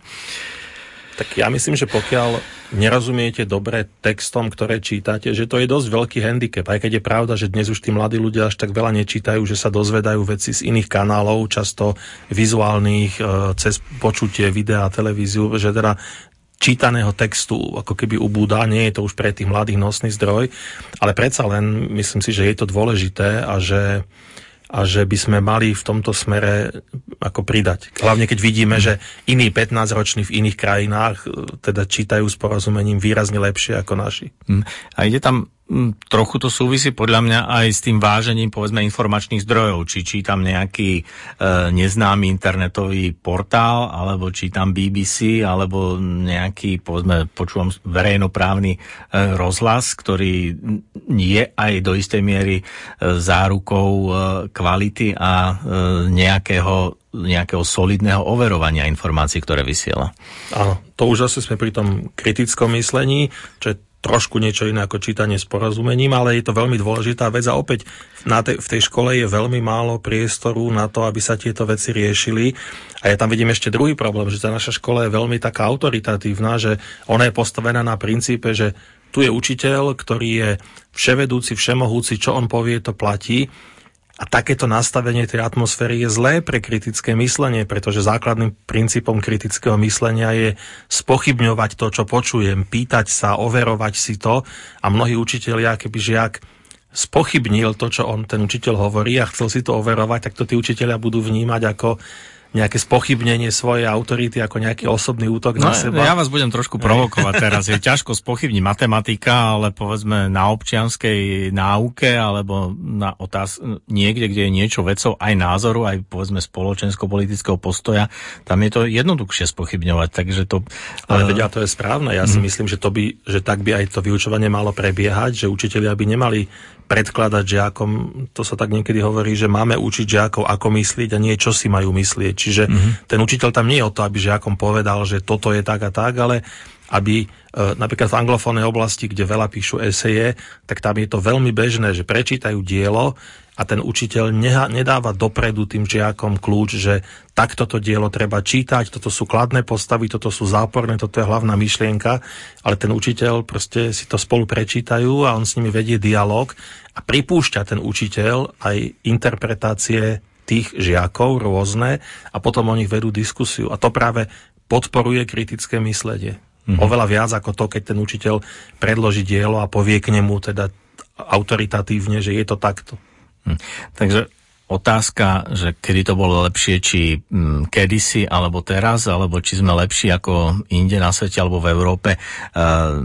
Tak ja myslím, že pokiaľ nerozumiete dobre textom, ktoré čítate, že to je dosť veľký handicap. Aj keď je pravda, že dnes už tí mladí ľudia až tak veľa nečítajú, že sa dozvedajú veci z iných kanálov, často vizuálnych, cez počutie, videa, televíziu, že teda čítaného textu ako keby ubúda, nie je to už pre tých mladých nosný zdroj, ale predsa len myslím si, že je to dôležité a že a že by sme mali v tomto smere ako pridať. Hlavne keď vidíme, že iní pätnásťroční v iných krajinách teda čítajú s porozumením výrazne lepšie ako naši. A ide tam trochu to súvisí podľa mňa aj s tým vážením povedzme informačných zdrojov. Či čítam nejaký e, neznámy internetový portál, alebo čítam bé bé cé, alebo nejaký, povedzme, počúvam verejnoprávny e, rozhlas, ktorý je aj do istej miery e, zárukou e, kvality a e, nejakého nejakého solidného overovania informácií, ktoré vysiela. Áno, to už zase sme pri tom kritickom myslení, čo je trošku niečo iné ako čítanie s porozumením, ale je to veľmi dôležitá vec a opäť na tej, v tej škole je veľmi málo priestoru na to, aby sa tieto veci riešili. A ja tam vidím ešte druhý problém, že tá naša škola je veľmi taká autoritatívna, že ona je postavená na princípe, že tu je učiteľ, ktorý je vševedúci, všemohúci, čo on povie, to platí. A takéto nastavenie tej atmosféry je zlé pre kritické myslenie, pretože základným princípom kritického myslenia je spochybňovať to, čo počujem, pýtať sa, overovať si to. A mnohí učitelia, keby žiak spochybnil to, čo on, ten učiteľ hovorí a chcel si to overovať, tak to tí učitelia budú vnímať ako nejaké spochybnenie svojej autority, ako nejaký osobný útok no, na seba. Ja vás budem trošku provokovať teraz. Je ťažko spochybniť matematika, ale povedzme na občianskej náuke, alebo na otáz- niekde, kde je niečo vecou aj názoru, aj povedzme spoločensko-politického postoja, tam je to jednoduchšie spochybňovať. Takže to, ale vedia, to je správne. Ja si mm. myslím, že, to by, že tak by aj to vyučovanie malo prebiehať, že učitelia by nemali predkladať žiakom, to sa tak niekedy hovorí, že máme učiť žiakov, ako myslieť a nie, čo si majú myslieť. Čiže mm-hmm. ten učiteľ tam nie je o to, aby žiakom povedal, že toto je tak a tak, ale aby e, napríklad v anglofónnej oblasti, kde veľa píšu eseje, tak tam je to veľmi bežné, že prečítajú dielo a ten učiteľ neha, nedáva dopredu tým žiakom kľúč, že takto to dielo treba čítať, toto sú kladné postavy, toto sú záporné, toto je hlavná myšlienka, ale ten učiteľ proste si to spolu prečítajú a on s nimi vedie dialog a pripúšťa ten učiteľ aj interpretácie tých žiakov rôzne a potom o nich vedú diskusiu. A to práve podporuje kritické myslenie. Mm-hmm. Oveľa viac ako to, keď ten učiteľ predloží dielo a povie k nemu teda autoritatívne, že je to takto. Hm. Takže otázka, že kedy to bolo lepšie, či hm, kedysi, alebo teraz, alebo či sme lepší ako inde na svete, alebo v Európe, uh,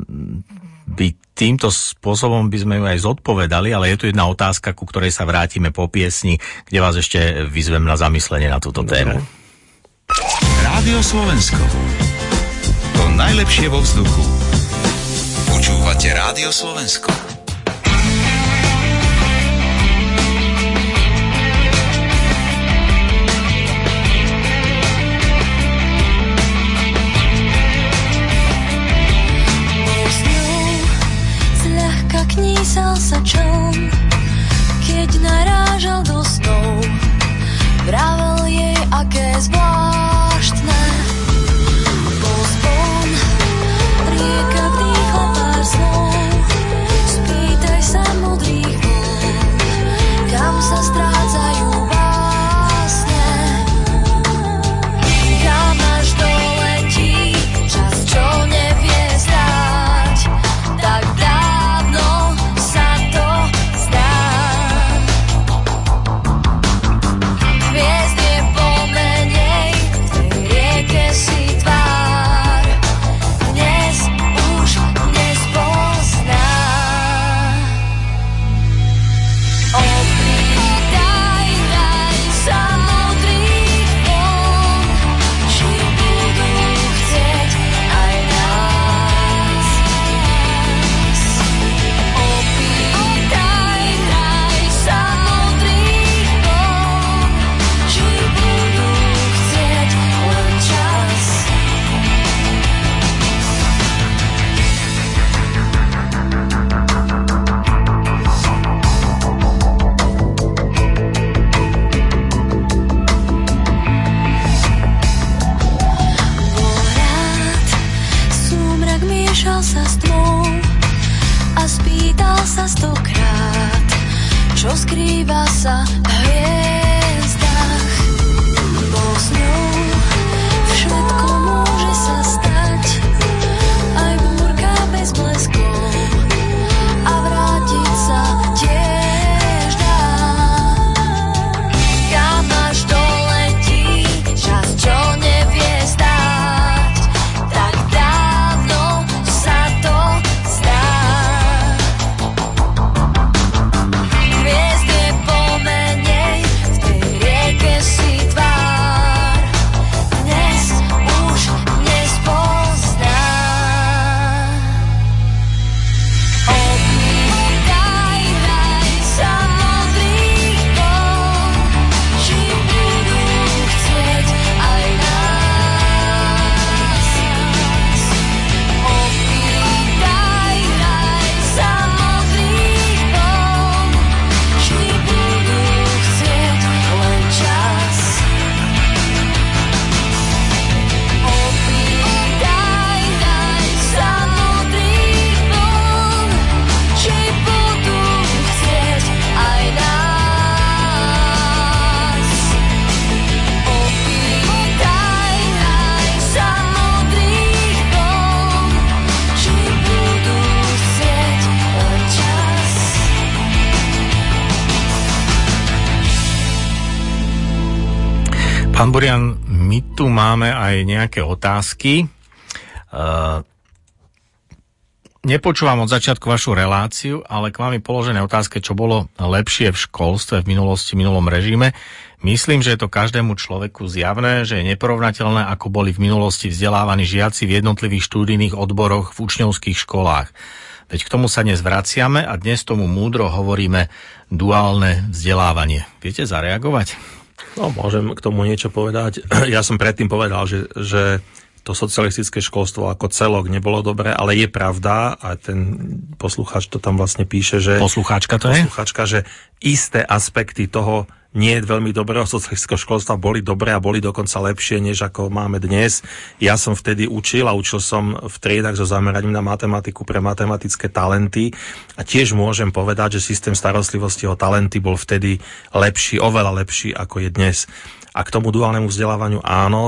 by týmto spôsobom by sme ju aj zodpovedali, ale je tu jedna otázka, ku ktorej sa vrátime po piesni, kde vás ešte vyzvem na zamyslenie na túto tému. Rádio Slovensko. To najlepšie vo vzduchu. Počúvate Rádio Slovensko. Knísal sa čom, keď narážal do snov, vravel jej, aké zvláštne. Bol zvon, rieka vdýchla pár slov, spýtaj sa modrých vln, kam sa strádzajú básne. Kam až doletí čas, čo nevie stáť, tak dávno sa to zdá. Hviezd je pomenej, v tej rieke si tvár dnes už nespozná. Opýtaj, daj sa modrých vln, či budú chcieť aj nás. Opýtaj, daj sa modrých vln, či budú chcieť len čas. Bol rád, súmrak miešal sa s tmou a spýtal sa stokrát, čo skrýva sa v hviezdách. Bol s ňou, všetko môže sa stať, aj búrka bez bleskov a vrátiť sa tiež dá. Kam až doletí čas, čo nevie stáť, tak dávno sa to zdá. Hviezd je pomenej, v tej rieke si tvár dnes už nespozná. Opýtaj, daj sa modrých vln, či budú chcieť aj nás. Opýtaj, daj sa modrých vln, či budú chcieť len čas. Opýtaj, daj sa modrých vln, či budú chcieť aj nás. Opýtaj, daj sa modrých vln, či budú chcieť len čas. Pán Burian, my tu máme aj nejaké otázky. Uh, nepočúvam od začiatku vašu reláciu, ale k vám je položené otázke, čo bolo lepšie v školstve v minulosti, v minulom režime. Myslím, že je to každému človeku zjavné, že je neporovnateľné, ako boli v minulosti vzdelávaní žiaci v jednotlivých študijných odboroch v učňovských školách. Veď k tomu sa dnes vraciame a dnes tomu múdro hovoríme duálne vzdelávanie. Viete zareagovať? No, môžem k tomu niečo povedať. Ja som predtým povedal, že, že to socialistické školstvo ako celok nebolo dobré, ale je pravda, a ten poslucháč to tam vlastne píše, že... Poslucháčka to je? Poslucháčka, že isté aspekty toho nie veľmi dobrého socialistického školstva boli dobré a boli dokonca lepšie, než ako máme dnes. Ja som vtedy učil a učil som v triedách so zameraním na matematiku pre matematické talenty a tiež môžem povedať, že systém starostlivosti o talenty bol vtedy lepší, oveľa lepší, ako je dnes. A k tomu duálnemu vzdelávaniu áno,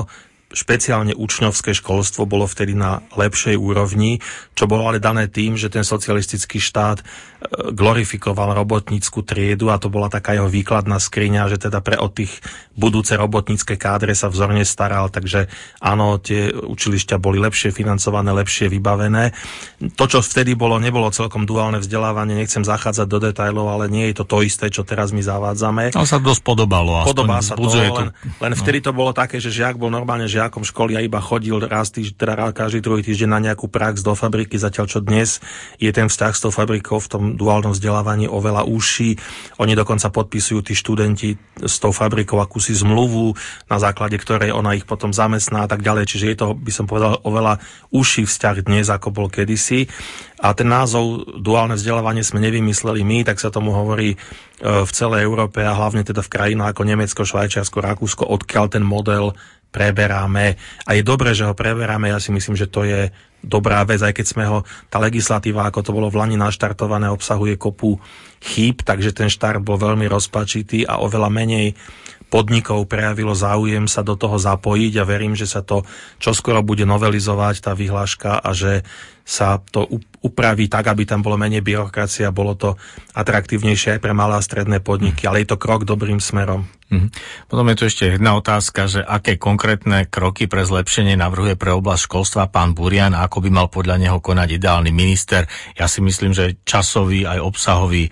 špeciálne učňovské školstvo bolo vtedy na lepšej úrovni, čo bolo ale dané tým, že ten socialistický štát glorifikoval robotnícku triedu a to bola taká jeho výkladná skriňa, že teda pre od tých budúce robotnícke kádre sa vzorne staral, takže áno, tie učilišťa boli lepšie financované, lepšie vybavené. To, čo vtedy bolo, nebolo celkom duálne vzdelávanie, nechcem zachádzať do detailov, ale nie je to to isté, čo teraz my zavádzame. To sa dosť podobalo. Podobá sa to, len, len vtedy no. to bolo také, že žiak bol normálne žiakom školy a iba chodil raz týždeň, teda každý druhý týždeň na nejakú prax do fabriky, zatiaľ čo dnes je ten vzťah s tou fabrikou v tom duálnom vzdelávaní oveľa užší. Oni dokonca podpisujú tí študenti s tou fabrikou akúsi zmluvu, na základe ktorej ona ich potom zamestná a tak ďalej. Čiže je to, by som povedal, oveľa užší vzťah dnes, ako bol kedysi. A ten názov duálne vzdelávanie sme nevymysleli my, tak sa tomu hovorí v celej Európe a hlavne teda v krajinách ako Nemecko, Švajčiarsko, Rakúsko, odkiaľ ten model preberáme. A je dobré, že ho preberáme. Ja si myslím, že to je dobrá vec, aj keď sme ho, tá legislatíva, ako to bolo v Lani naštartované, obsahuje kopu chýb, takže ten štart bol veľmi rozpačitý a oveľa menej podnikov prejavilo záujem sa do toho zapojiť a verím, že sa to čoskoro bude novelizovať, tá vyhláška, a že sa to upraví tak, aby tam bolo menej byrokracie a bolo to atraktívnejšie aj pre malé a stredné podniky, ale je to krok dobrým smerom. Mm. Potom je tu ešte jedna otázka, že aké konkrétne kroky pre zlepšenie navrhuje pre oblasť školstva pán Burian a ako by mal podľa neho konať ideálny minister. Ja si myslím, že časový aj obsahový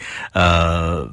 uh,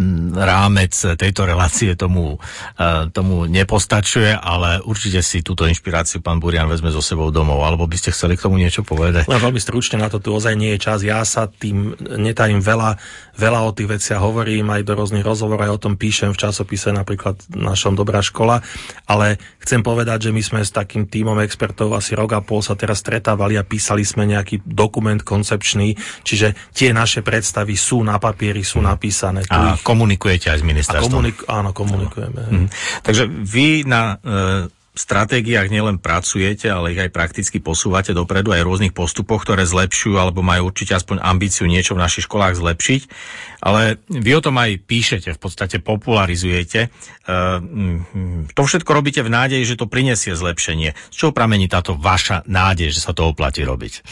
rámec tejto relácie tomu, uh, tomu nepostačuje, ale určite si túto inšpiráciu pán Burian vezme so sebou domov. Alebo by ste chceli k tomu niečo povedať? No, veľmi stručne, na to tu ozaj nie je čas. Ja sa tým netajím veľa, veľa o tých veciach hovorím, aj do rôznych rozhovorov, aj o tom píšem v časopise, napríklad našom Dobrá škola, ale chcem povedať, že my sme s takým tímom expertov asi rok a pol sa teraz stretávali a písali sme nejaký dokument koncepčný, čiže tie naše predstavy sú na papieri, sú napísané. A ich... komunikujete aj s ministerstvom? Komunik- áno, komunikujeme. Mhm. Takže vy na... E... stratégiách nielen pracujete, ale ich aj prakticky posúvate dopredu aj v rôznych postupoch, ktoré zlepšujú alebo majú určite aspoň ambíciu niečo v našich školách zlepšiť. Ale vy o tom aj píšete, v podstate popularizujete. To všetko robíte v nádeji, že to prinesie zlepšenie. Z čoho pramení táto vaša nádej, že sa to oplatí robiť?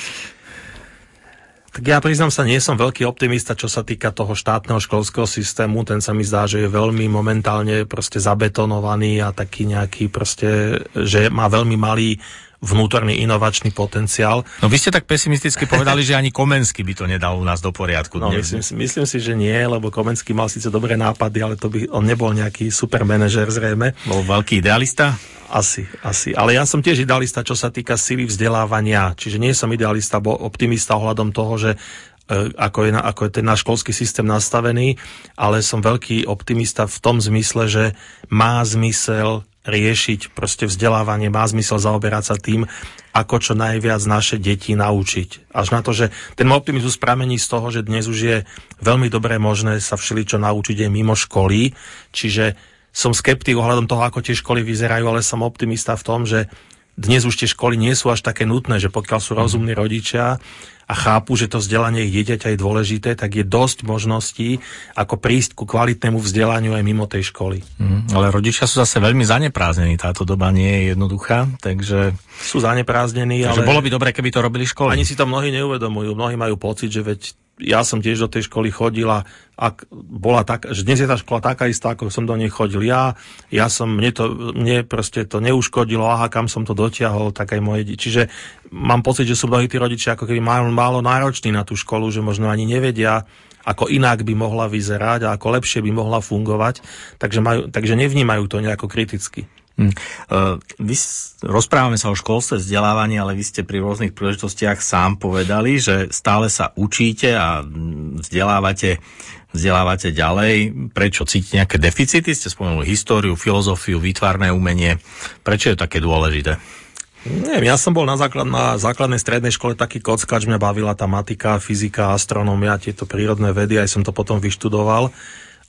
Tak ja priznám sa, nie som veľký optimista, čo sa týka toho štátneho školského systému. Ten sa mi zdá, že je veľmi momentálne proste zabetonovaný a taký nejaký proste, že má veľmi malý vnútorný inovačný potenciál. No vy ste tak pesimisticky povedali, že ani Komenský by to nedal u nás do poriadku. No myslím, myslím si, že nie, lebo Komenský mal síce dobré nápady, ale to by, on nebol nejaký super manažer zrejme. Bol veľký idealista? Asi, asi. Ale ja som tiež idealista, čo sa týka sily vzdelávania. Čiže nie som idealista, bo optimista ohľadom toho, že ako je, ako je ten náš školský systém nastavený, ale som veľký optimista v tom zmysle, že má zmysel riešiť proste vzdelávanie, má zmysel zaoberať sa tým, ako čo najviac naše deti naučiť. Až na to, že ten optimizmus pramení z toho, že dnes už je veľmi dobre možné sa všeličo naučiť aj mimo školy, čiže som skeptik ohľadom toho, ako tie školy vyzerajú, ale som optimista v tom, že dnes už tie školy nie sú až také nutné, že pokiaľ sú rozumní rodičia a chápu, že to vzdelanie ich dieťaťa je dôležité, tak je dosť možností, ako prísť ku kvalitnému vzdelaniu aj mimo tej školy. Mm, ale rodičia sú zase veľmi zaneprázdnení. Táto doba nie je jednoduchá, takže... Sú zaneprázdnení, takže ale... bolo by dobre, keby to robili školy. Ani si to mnohí neuvedomujú. Mnohí majú pocit, že veď ja som tiež do tej školy chodil a ak bola tak, že dnes je tá škola taká istá, ako som do nej chodil ja, ja som, mne to, mne proste to neuškodilo, aha, kam som to dotiahol, tak aj moje deti. Čiže mám pocit, že sú mnohí tí rodičia ako keby málo, málo nároční na tú školu, že možno ani nevedia, ako inak by mohla vyzerať a ako lepšie by mohla fungovať, takže, majú, takže nevnímajú to nejako kriticky. Hm. Uh, vy rozprávame sa o školstve, vzdelávaní, ale vy ste pri rôznych príležitostiach sám povedali, že stále sa učíte a vzdelávate, vzdelávate ďalej. Prečo? Cítite nejaké deficity? Ste spomenuli históriu, filozofiu, výtvarné umenie. Prečo je také dôležité? Neviem, ja som bol na, základ, na základnej strednej škole taký kockač, mňa bavila tá matika, fyzika, astronómia, tieto prírodné vedy, aj som to potom vyštudoval.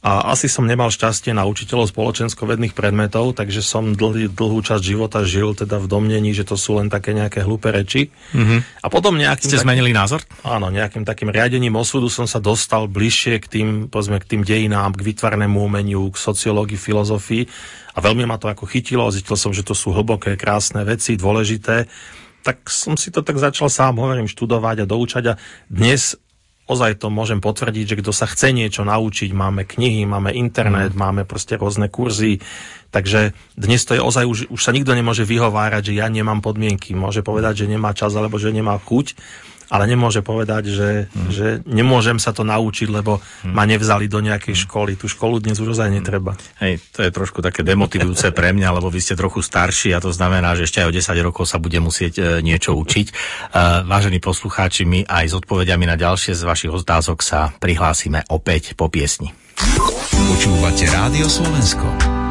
A asi som nemal šťastie na učiteľov spoločenskovedných predmetov, takže som dlhý, dlhú časť života žil teda v domnení, že to sú len také nejaké hlúpe reči. Mm-hmm. A potom nejakým... Ste takým, zmenili názor? Áno, nejakým takým riadením osudu som sa dostal bližšie k tým, povedzme, k tým dejinám, k výtvarnému umeniu, k sociológii, filozofii. A veľmi ma to ako chytilo, zistil som, že to sú hlboké, krásne veci, dôležité. Tak som si to tak začal sám, hovorím, študovať a doučať a dnes ozaj to môžem potvrdiť, že kto sa chce niečo naučiť, máme knihy, máme internet, mm. máme proste rôzne kurzy, takže dnes to je ozaj, už, už sa nikto nemôže vyhovárať, že ja nemám podmienky, môže povedať, že nemá čas alebo že nemá chuť, ale nemôže povedať, že, mm. že nemôžem sa to naučiť, lebo mm. ma nevzali do nejakej školy. Tú školu dnes už ozaj netreba. Hej, to je trošku také demotivujúce pre mňa, lebo vy ste trochu starší a to znamená, že ešte aj o desať rokov sa bude musieť e, niečo učiť. E, vážení poslucháči, my aj s odpovediami na ďalšie z vašich otázok sa prihlásime opäť po piesni. Počúvate Rádio Slovensko.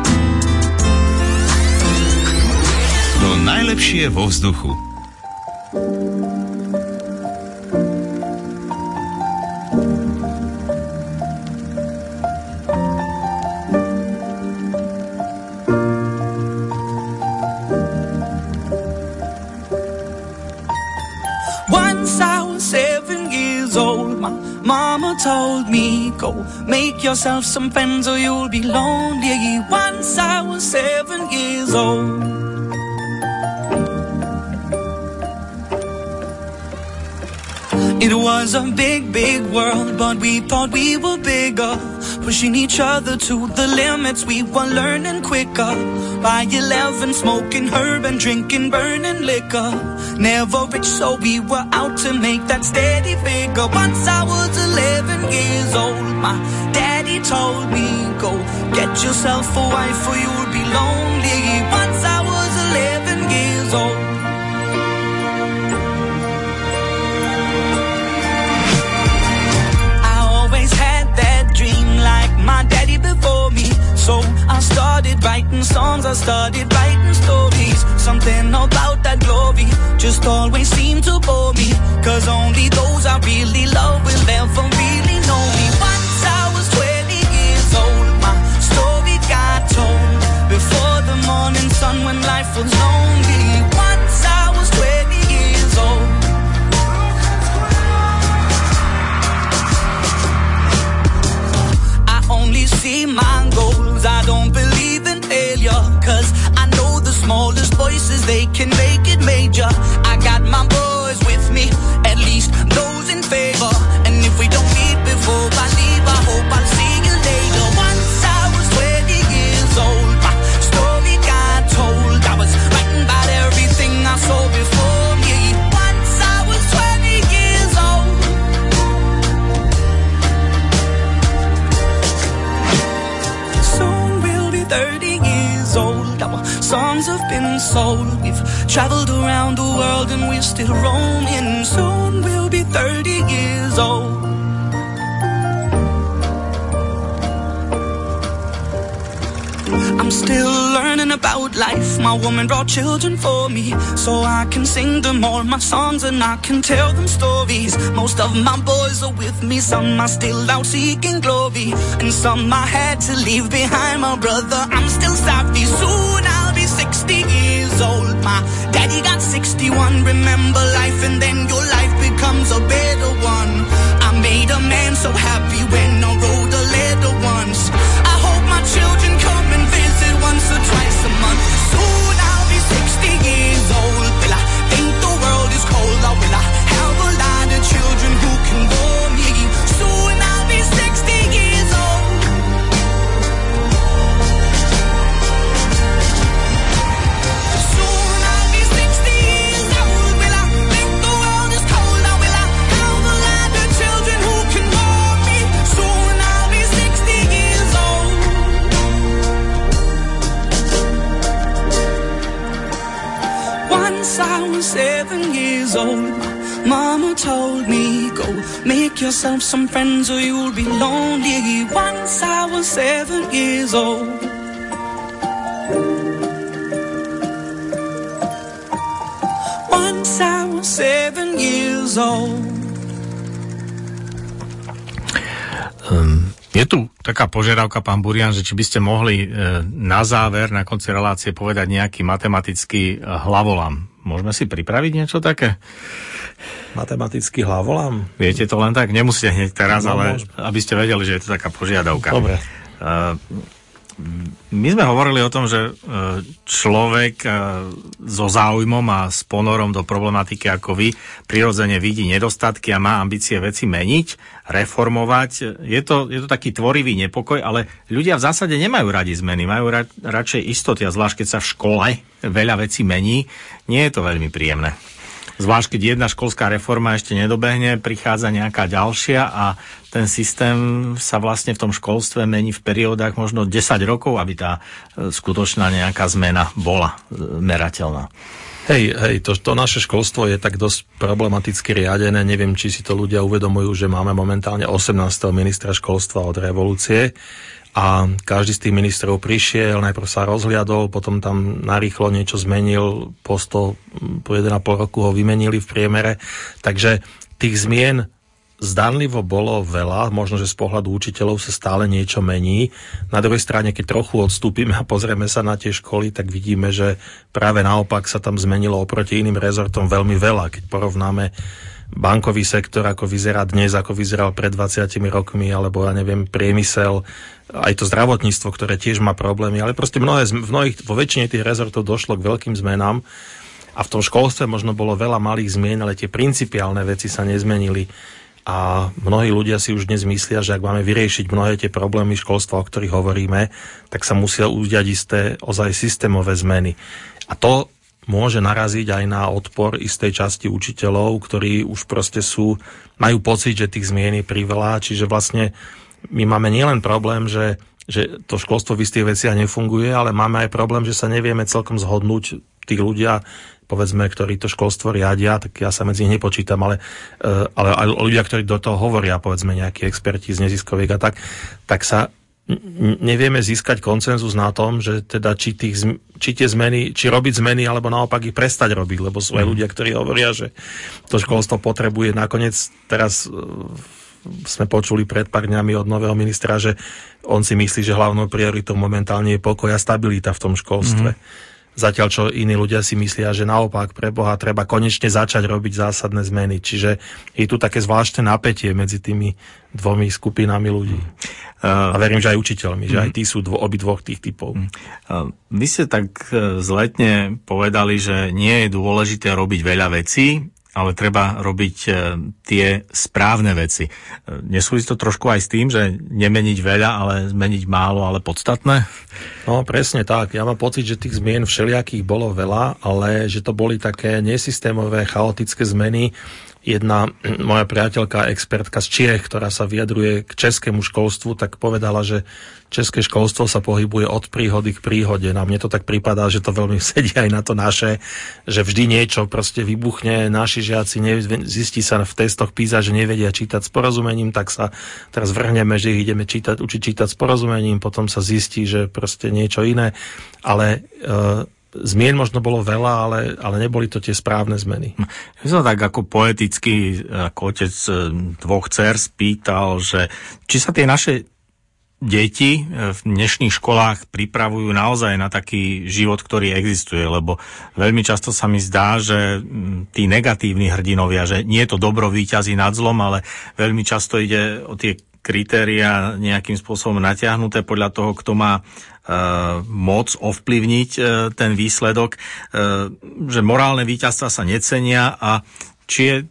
To najlepšie vo vzduchu. Mama told me, go make yourself some friends or you'll be lonely. Once I was seven years old. It was a big, big world, but we thought we were bigger. Pushing each other to the limits, we were learning quicker. By eleven, smoking herb and drinking burning liquor. Never rich, so we were out to make that steady figure. Once I was eleven years old, my daddy told me, go get yourself a wife or you'll be lonely. Once I was eleven years old. I always had that dream like my daddy before me. So I started writing songs, I started writing stories. Something about that glory just always seemed to bore me. Cause only those I really love will ever really know me. Once I was twenty years old, my story got told. Before the morning sun when life was lonely. Once I was twenty years old. I only see my goals, I don't believe in failure. Cause I know the smallest voices, they can make it major. I got my boys with me, at least those in favor. And if we don't meet before I leave, I hope I'll see you later. Once I was twenty years old, my story got told. I was writing about everything I saw before me. Once I was twenty years old. Soon we'll be thirty years old. Our songs have been sold. We've traveled around the world and we're still roaming. Soon we'll be thirty years old. I'm still learning about life. My woman brought children for me, so I can sing them all my songs and I can tell them stories. Most of my boys are with me, some are still out seeking glory, and some I had to leave behind. My brother, I'm still sorry. Soon I'll be sixty years old. My daddy got sixty-one. Remember life and then your life becomes a better one. I made a man so happy when I wrote a letter once. I hope my children come and visit once or twice a month. Soon I'll be sixty years old. Will I think the world is cold, or will I have a lot of children who can bore me? Soon I'll be sixty years old. Soon I'll be sixty years old. Will I think the world is cold, or will I have a lot of children who can bore me? Soon I'll be sixty years old. Once I was seven years old, my mama told me, go make yourself some friends or you'll be lonely. Once I was seven years old. Once I was seven years old. Um, Je tu taká požiadavka, pán Burian, že či by ste mohli na záver, na konci relácie povedať nejaký matematický hlavolam. Môžeme si pripraviť niečo také? Matematický hlavolam? Viete to len tak? Nemusíte hneď teraz, no, ale môžeme. Aby ste vedeli, že je to taká požiadavka. Dobre. Uh, my sme hovorili o tom, že človek so záujmom a s ponorom do problematiky ako vy prirodzene vidí nedostatky a má ambície veci meniť, reformovať. Je to, je to taký tvorivý nepokoj, ale ľudia v zásade nemajú radi zmeny, majú ra, radšej istoty, a zvlášť keď sa v škole veľa vecí mení, nie je to veľmi príjemné. Zvlášť, keď jedna školská reforma ešte nedobehne, prichádza nejaká ďalšia a ten systém sa vlastne v tom školstve mení v periódach možno desať rokov, aby tá skutočná nejaká zmena bola merateľná. Hej, hej, to, to naše školstvo je tak dosť problematicky riadené. Neviem, či si to ľudia uvedomujú, že máme momentálne osemnásteho ministra školstva od revolúcie. A každý z tých ministrov prišiel, najprv sa rozhliadol, potom tam narýchlo niečo zmenil, po sto, po jeden a pol roku ho vymenili v priemere. Takže tých zmien zdanlivo bolo veľa, možno, že z pohľadu učiteľov sa stále niečo mení. Na druhej strane, keď trochu odstúpime a pozrieme sa na tie školy, tak vidíme, že práve naopak sa tam zmenilo oproti iným rezortom veľmi veľa. Keď porovnáme bankový sektor, ako vyzerá dnes, ako vyzeral pred dvadsiatimi rokmi, alebo ja neviem, priemysel, aj to zdravotníctvo, ktoré tiež má problémy, ale proste mnohé, v mnohých, vo väčšine tých rezortov došlo k veľkým zmenám a v tom školstve možno bolo veľa malých zmien, ale tie principiálne veci sa nezmenili a mnohí ľudia si už dnes myslia, že ak máme vyriešiť mnohé tie problémy školstva, o ktorých hovoríme, tak sa musia udiať isté ozaj systémové zmeny. A to môže naraziť aj na odpor istej časti učiteľov, ktorí už proste sú, majú pocit, že tých zmien je priveľa, čiže vlastne my máme nielen problém, že, že to školstvo v istých veciach nefunguje, ale máme aj problém, že sa nevieme celkom zhodnúť tí ľudia, povedzme, ktorí to školstvo riadia, tak ja sa medzi nich nepočítam, ale, ale aj ľudia, ktorí do toho hovoria, povedzme nejakí experti z neziskoviek a tak, tak sa nevieme získať konsenzus na tom, že teda či, tých, či tie zmeny, či robiť zmeny, alebo naopak ich prestať robiť, lebo sú aj ľudia, ktorí hovoria, že to školstvo potrebuje. Nakoniec teraz sme počuli pred pár dňami od nového ministra, že on si myslí, že hlavnou prioritou momentálne je pokoj a stabilita v tom školstve. Mm-hmm. Zatiaľ, čo iní ľudia si myslia, že naopak pre Boha treba konečne začať robiť zásadné zmeny. Čiže je tu také zvláštne napätie medzi tými dvomi skupinami ľudí. A verím, že aj učiteľmi, že aj tí sú dvo, obi dvoch tých typov. Vy ste tak zletne povedali, že nie je dôležité robiť veľa vecí, ale treba robiť tie správne veci. Nesúvisí to trošku aj s tým, že nemeniť veľa, ale zmeniť málo, ale podstatné? No, presne tak. Ja mám pocit, že tých zmien všelijakých bolo veľa, ale že to boli také nesystémové, chaotické zmeny. Jedna moja priateľka, expertka z Čiech, ktorá sa vyjadruje k českému školstvu, tak povedala, že české školstvo sa pohybuje od príhody k príhode. Na mne to tak pripadá, že to veľmi sedí aj na to naše, že vždy niečo proste vybuchne, naši žiaci, zistí sa v testoch PISA, že nevedia čítať s porozumením, tak sa teraz vrhneme, že ich ideme čítať, učiť čítať s porozumením, potom sa zistí, že proste niečo iné. Ale e, zmien možno bolo veľa, ale, ale neboli to tie správne zmeny. Ja som tak ako poeticky, ako otec dvoch dcer spýtal, že či sa tie naše deti v dnešných školách pripravujú naozaj na taký život, ktorý existuje, lebo veľmi často sa mi zdá, že tí negatívni hrdinovia, že nie je to dobro víťazí nad zlom, ale veľmi často ide o tie kritéria nejakým spôsobom natiahnuté podľa toho, kto má e, moc ovplyvniť e, ten výsledok, e, že morálne víťazstva sa necenia a či je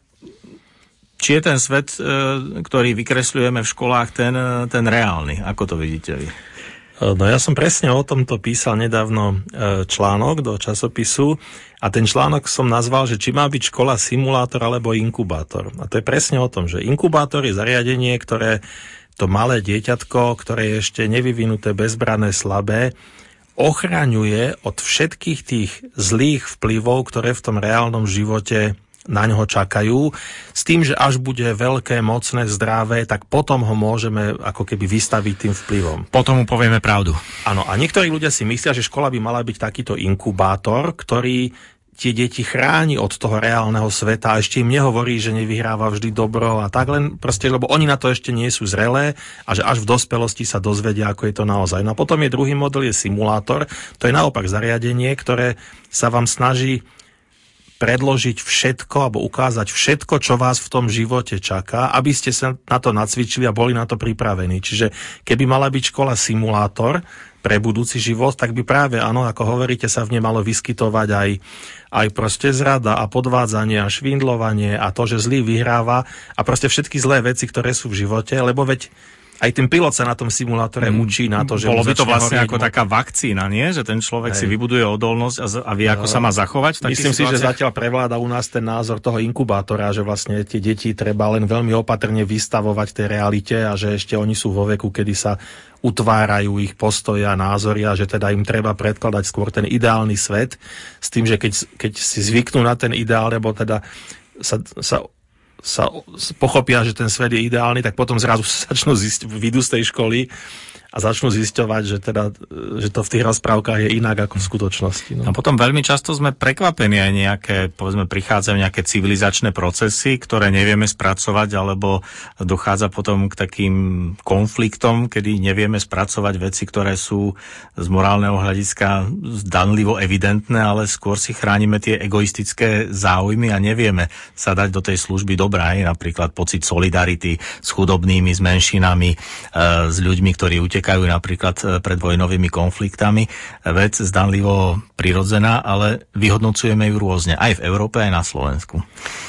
Či je ten svet, ktorý vykresľujeme v školách, ten, ten reálny? Ako to vidíte vy? No ja som presne o tomto písal nedávno článok do časopisu a ten článok som nazval, že či má byť škola simulátor alebo inkubátor. A to je presne o tom, že inkubátor je zariadenie, ktoré to malé dieťatko, ktoré je ešte nevyvinuté, bezbranné, slabé, ochraňuje od všetkých tých zlých vplyvov, ktoré v tom reálnom živote na ňoho čakajú, s tým, že až bude veľké, mocné, zdravé, tak potom ho môžeme ako keby vystaviť tým vplyvom. Potom mu povieme pravdu. Áno, a niektorí ľudia si myslia, že škola by mala byť takýto inkubátor, ktorý tie deti chráni od toho reálneho sveta a ešte im nehovorí, že nevyhráva vždy dobro a tak, len proste, lebo oni na to ešte nie sú zrelé a že až v dospelosti sa dozvedia, ako je to naozaj. No a potom je druhý model, je simulátor. To je naopak zariadenie, ktoré sa vám snaží predložiť všetko alebo ukázať všetko, čo vás v tom živote čaká, aby ste sa na to nacvičili a boli na to pripravení. Čiže keby mala byť škola simulátor pre budúci život, tak by práve, áno, ako hovoríte, sa v nej malo vyskytovať aj, aj proste zrada a podvádzanie a švindlovanie a to, že zlý vyhráva a proste všetky zlé veci, ktoré sú v živote, lebo veď aj ten pilot sa na tom simulátore mm. učí na to, že... Bolo by to vlastne ako mo- taká vakcína, nie? Že ten človek Hej. si vybuduje odolnosť a, z- a vie, ako no, sa má zachovať? Myslím si, že zatiaľ prevláda u nás ten názor toho inkubátora, že vlastne tie deti treba len veľmi opatrne vystavovať tej realite a že ešte oni sú vo veku, kedy sa utvárajú ich postoje a názory a že teda im treba predkladať skôr ten ideálny svet s tým, že keď, keď si zvyknú na ten ideál, lebo teda sa... sa sa pochopia, že ten svet je ideálny, tak potom zrazu začnú zistiť, vyjdú z tej školy a začnú zisťovať, že, teda, že to v tých rozprávkach je inak ako v skutočnosti. No. A potom veľmi často sme prekvapení aj nejaké, povedzme, prichádzajú nejaké civilizačné procesy, ktoré nevieme spracovať, alebo dochádza potom k takým konfliktom, kedy nevieme spracovať veci, ktoré sú z morálneho hľadiska zdanlivo evidentné, ale skôr si chránime tie egoistické záujmy a nevieme sa dať do tej služby dobrá, napríklad pocit solidarity s chudobnými, s menšinami, e, s ľuďmi, ktorí utekajú kajú napríklad pred vojnovými konfliktami. Vec zdanlivo prirodzená, ale vyhodnocujeme ju rôzne, aj v Európe, aj na Slovensku.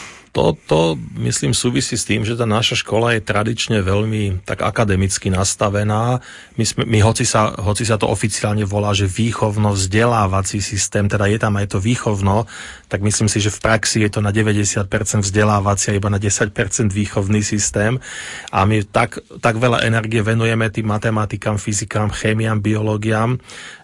Toto, myslím, súvisí s tým, že tá naša škola je tradične veľmi tak akademicky nastavená. My, sme, my hoci, sa, hoci sa to oficiálne volá, že výchovno-vzdelávací systém, teda je tam aj to výchovno, tak myslím si, že v praxi je to na deväťdesiat percent vzdelávací a iba na desať percent výchovný systém. A my tak, tak veľa energie venujeme tým matematikám, fyzikám, chémiám, biológiám,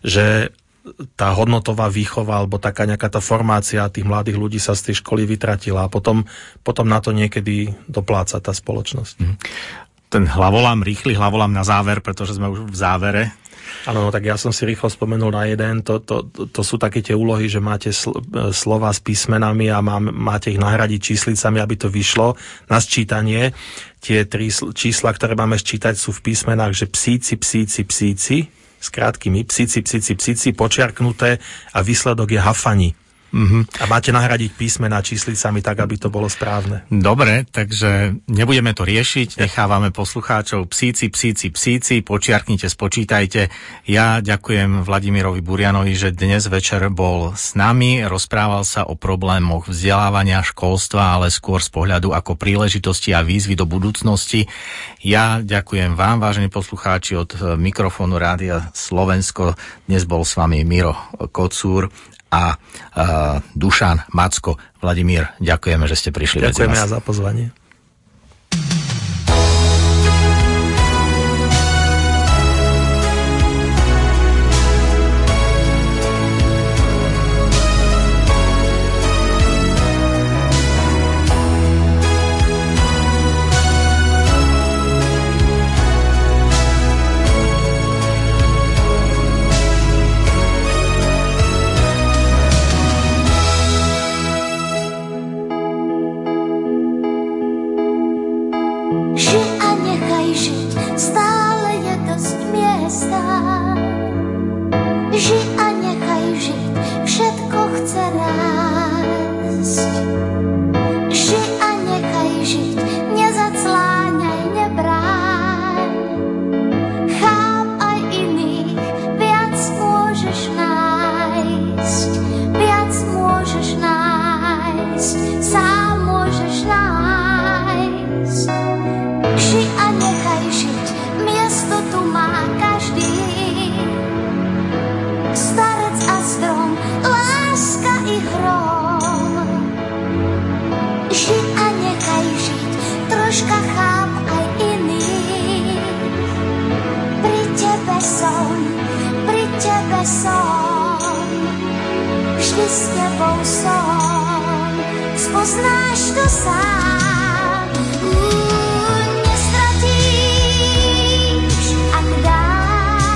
že tá hodnotová výchova alebo taká nejaká tá formácia tých mladých ľudí sa z tej školy vytratila a potom, potom na to niekedy dopláca tá spoločnosť. Ten hlavolám, rýchly hlavolám na záver, pretože sme už v závere. Áno, no, tak ja som si rýchlo spomenul na jeden. To, to, to, to sú také tie úlohy, že máte sl- slova s písmenami a má, máte ich nahradiť číslicami, aby to vyšlo na sčítanie. Tie tri čísla, ktoré máme sčítať, sú v písmenách, že psíci, psíci, psíci, s krátkými psíci, psíci, psíci, počiarknuté a výsledok je hafani. Mm-hmm. A máte nahradiť písmená číslicami tak, aby to bolo správne. Dobre, takže nebudeme to riešiť, nechávame poslucháčov psíci, psíci, psíci, počiarknite, spočítajte. Ja ďakujem Vladimírovi Burianovi, že dnes večer bol s nami, rozprával sa o problémoch vzdelávania, školstva, ale skôr z pohľadu ako príležitosti a výzvy do budúcnosti. Ja ďakujem vám, vážení poslucháči, od mikrofónu Rádia Slovensko. Dnes bol s vami Miro Kocúr a uh, Dušan Macko. Vladimír, ďakujeme, že ste prišli. Ďakujeme aj za pozvanie.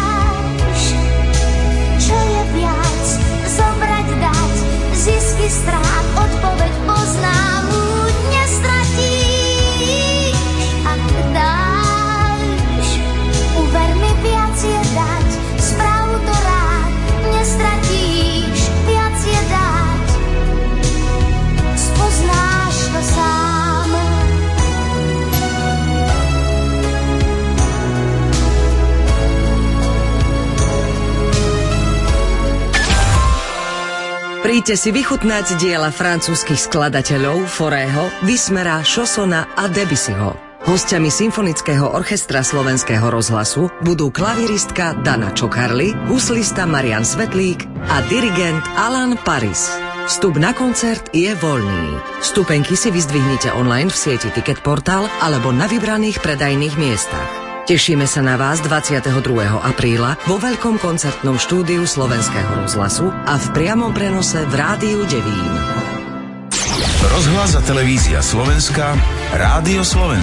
Zisky Príďte si vychutnať diela francúzskych skladateľov Forého, Vismera, Chaussona a Debussyho. Hostiami Symfonického orchestra Slovenského rozhlasu budú klaviristka Dana Čokarli, huslista Marian Svetlík a dirigent Alan Paris. Vstup na koncert je voľný. Vstupenky si vyzdvihnite online v sieti Ticketportal alebo na vybraných predajných miestach. Tešíme sa na vás dvadsiateho druhého apríla vo veľkom koncertnom štúdiu Slovenského rozhlasu a v priamom prenose v Rádiu Devín. Rozhlas a televízia Slovenska, Rádio Slovenska.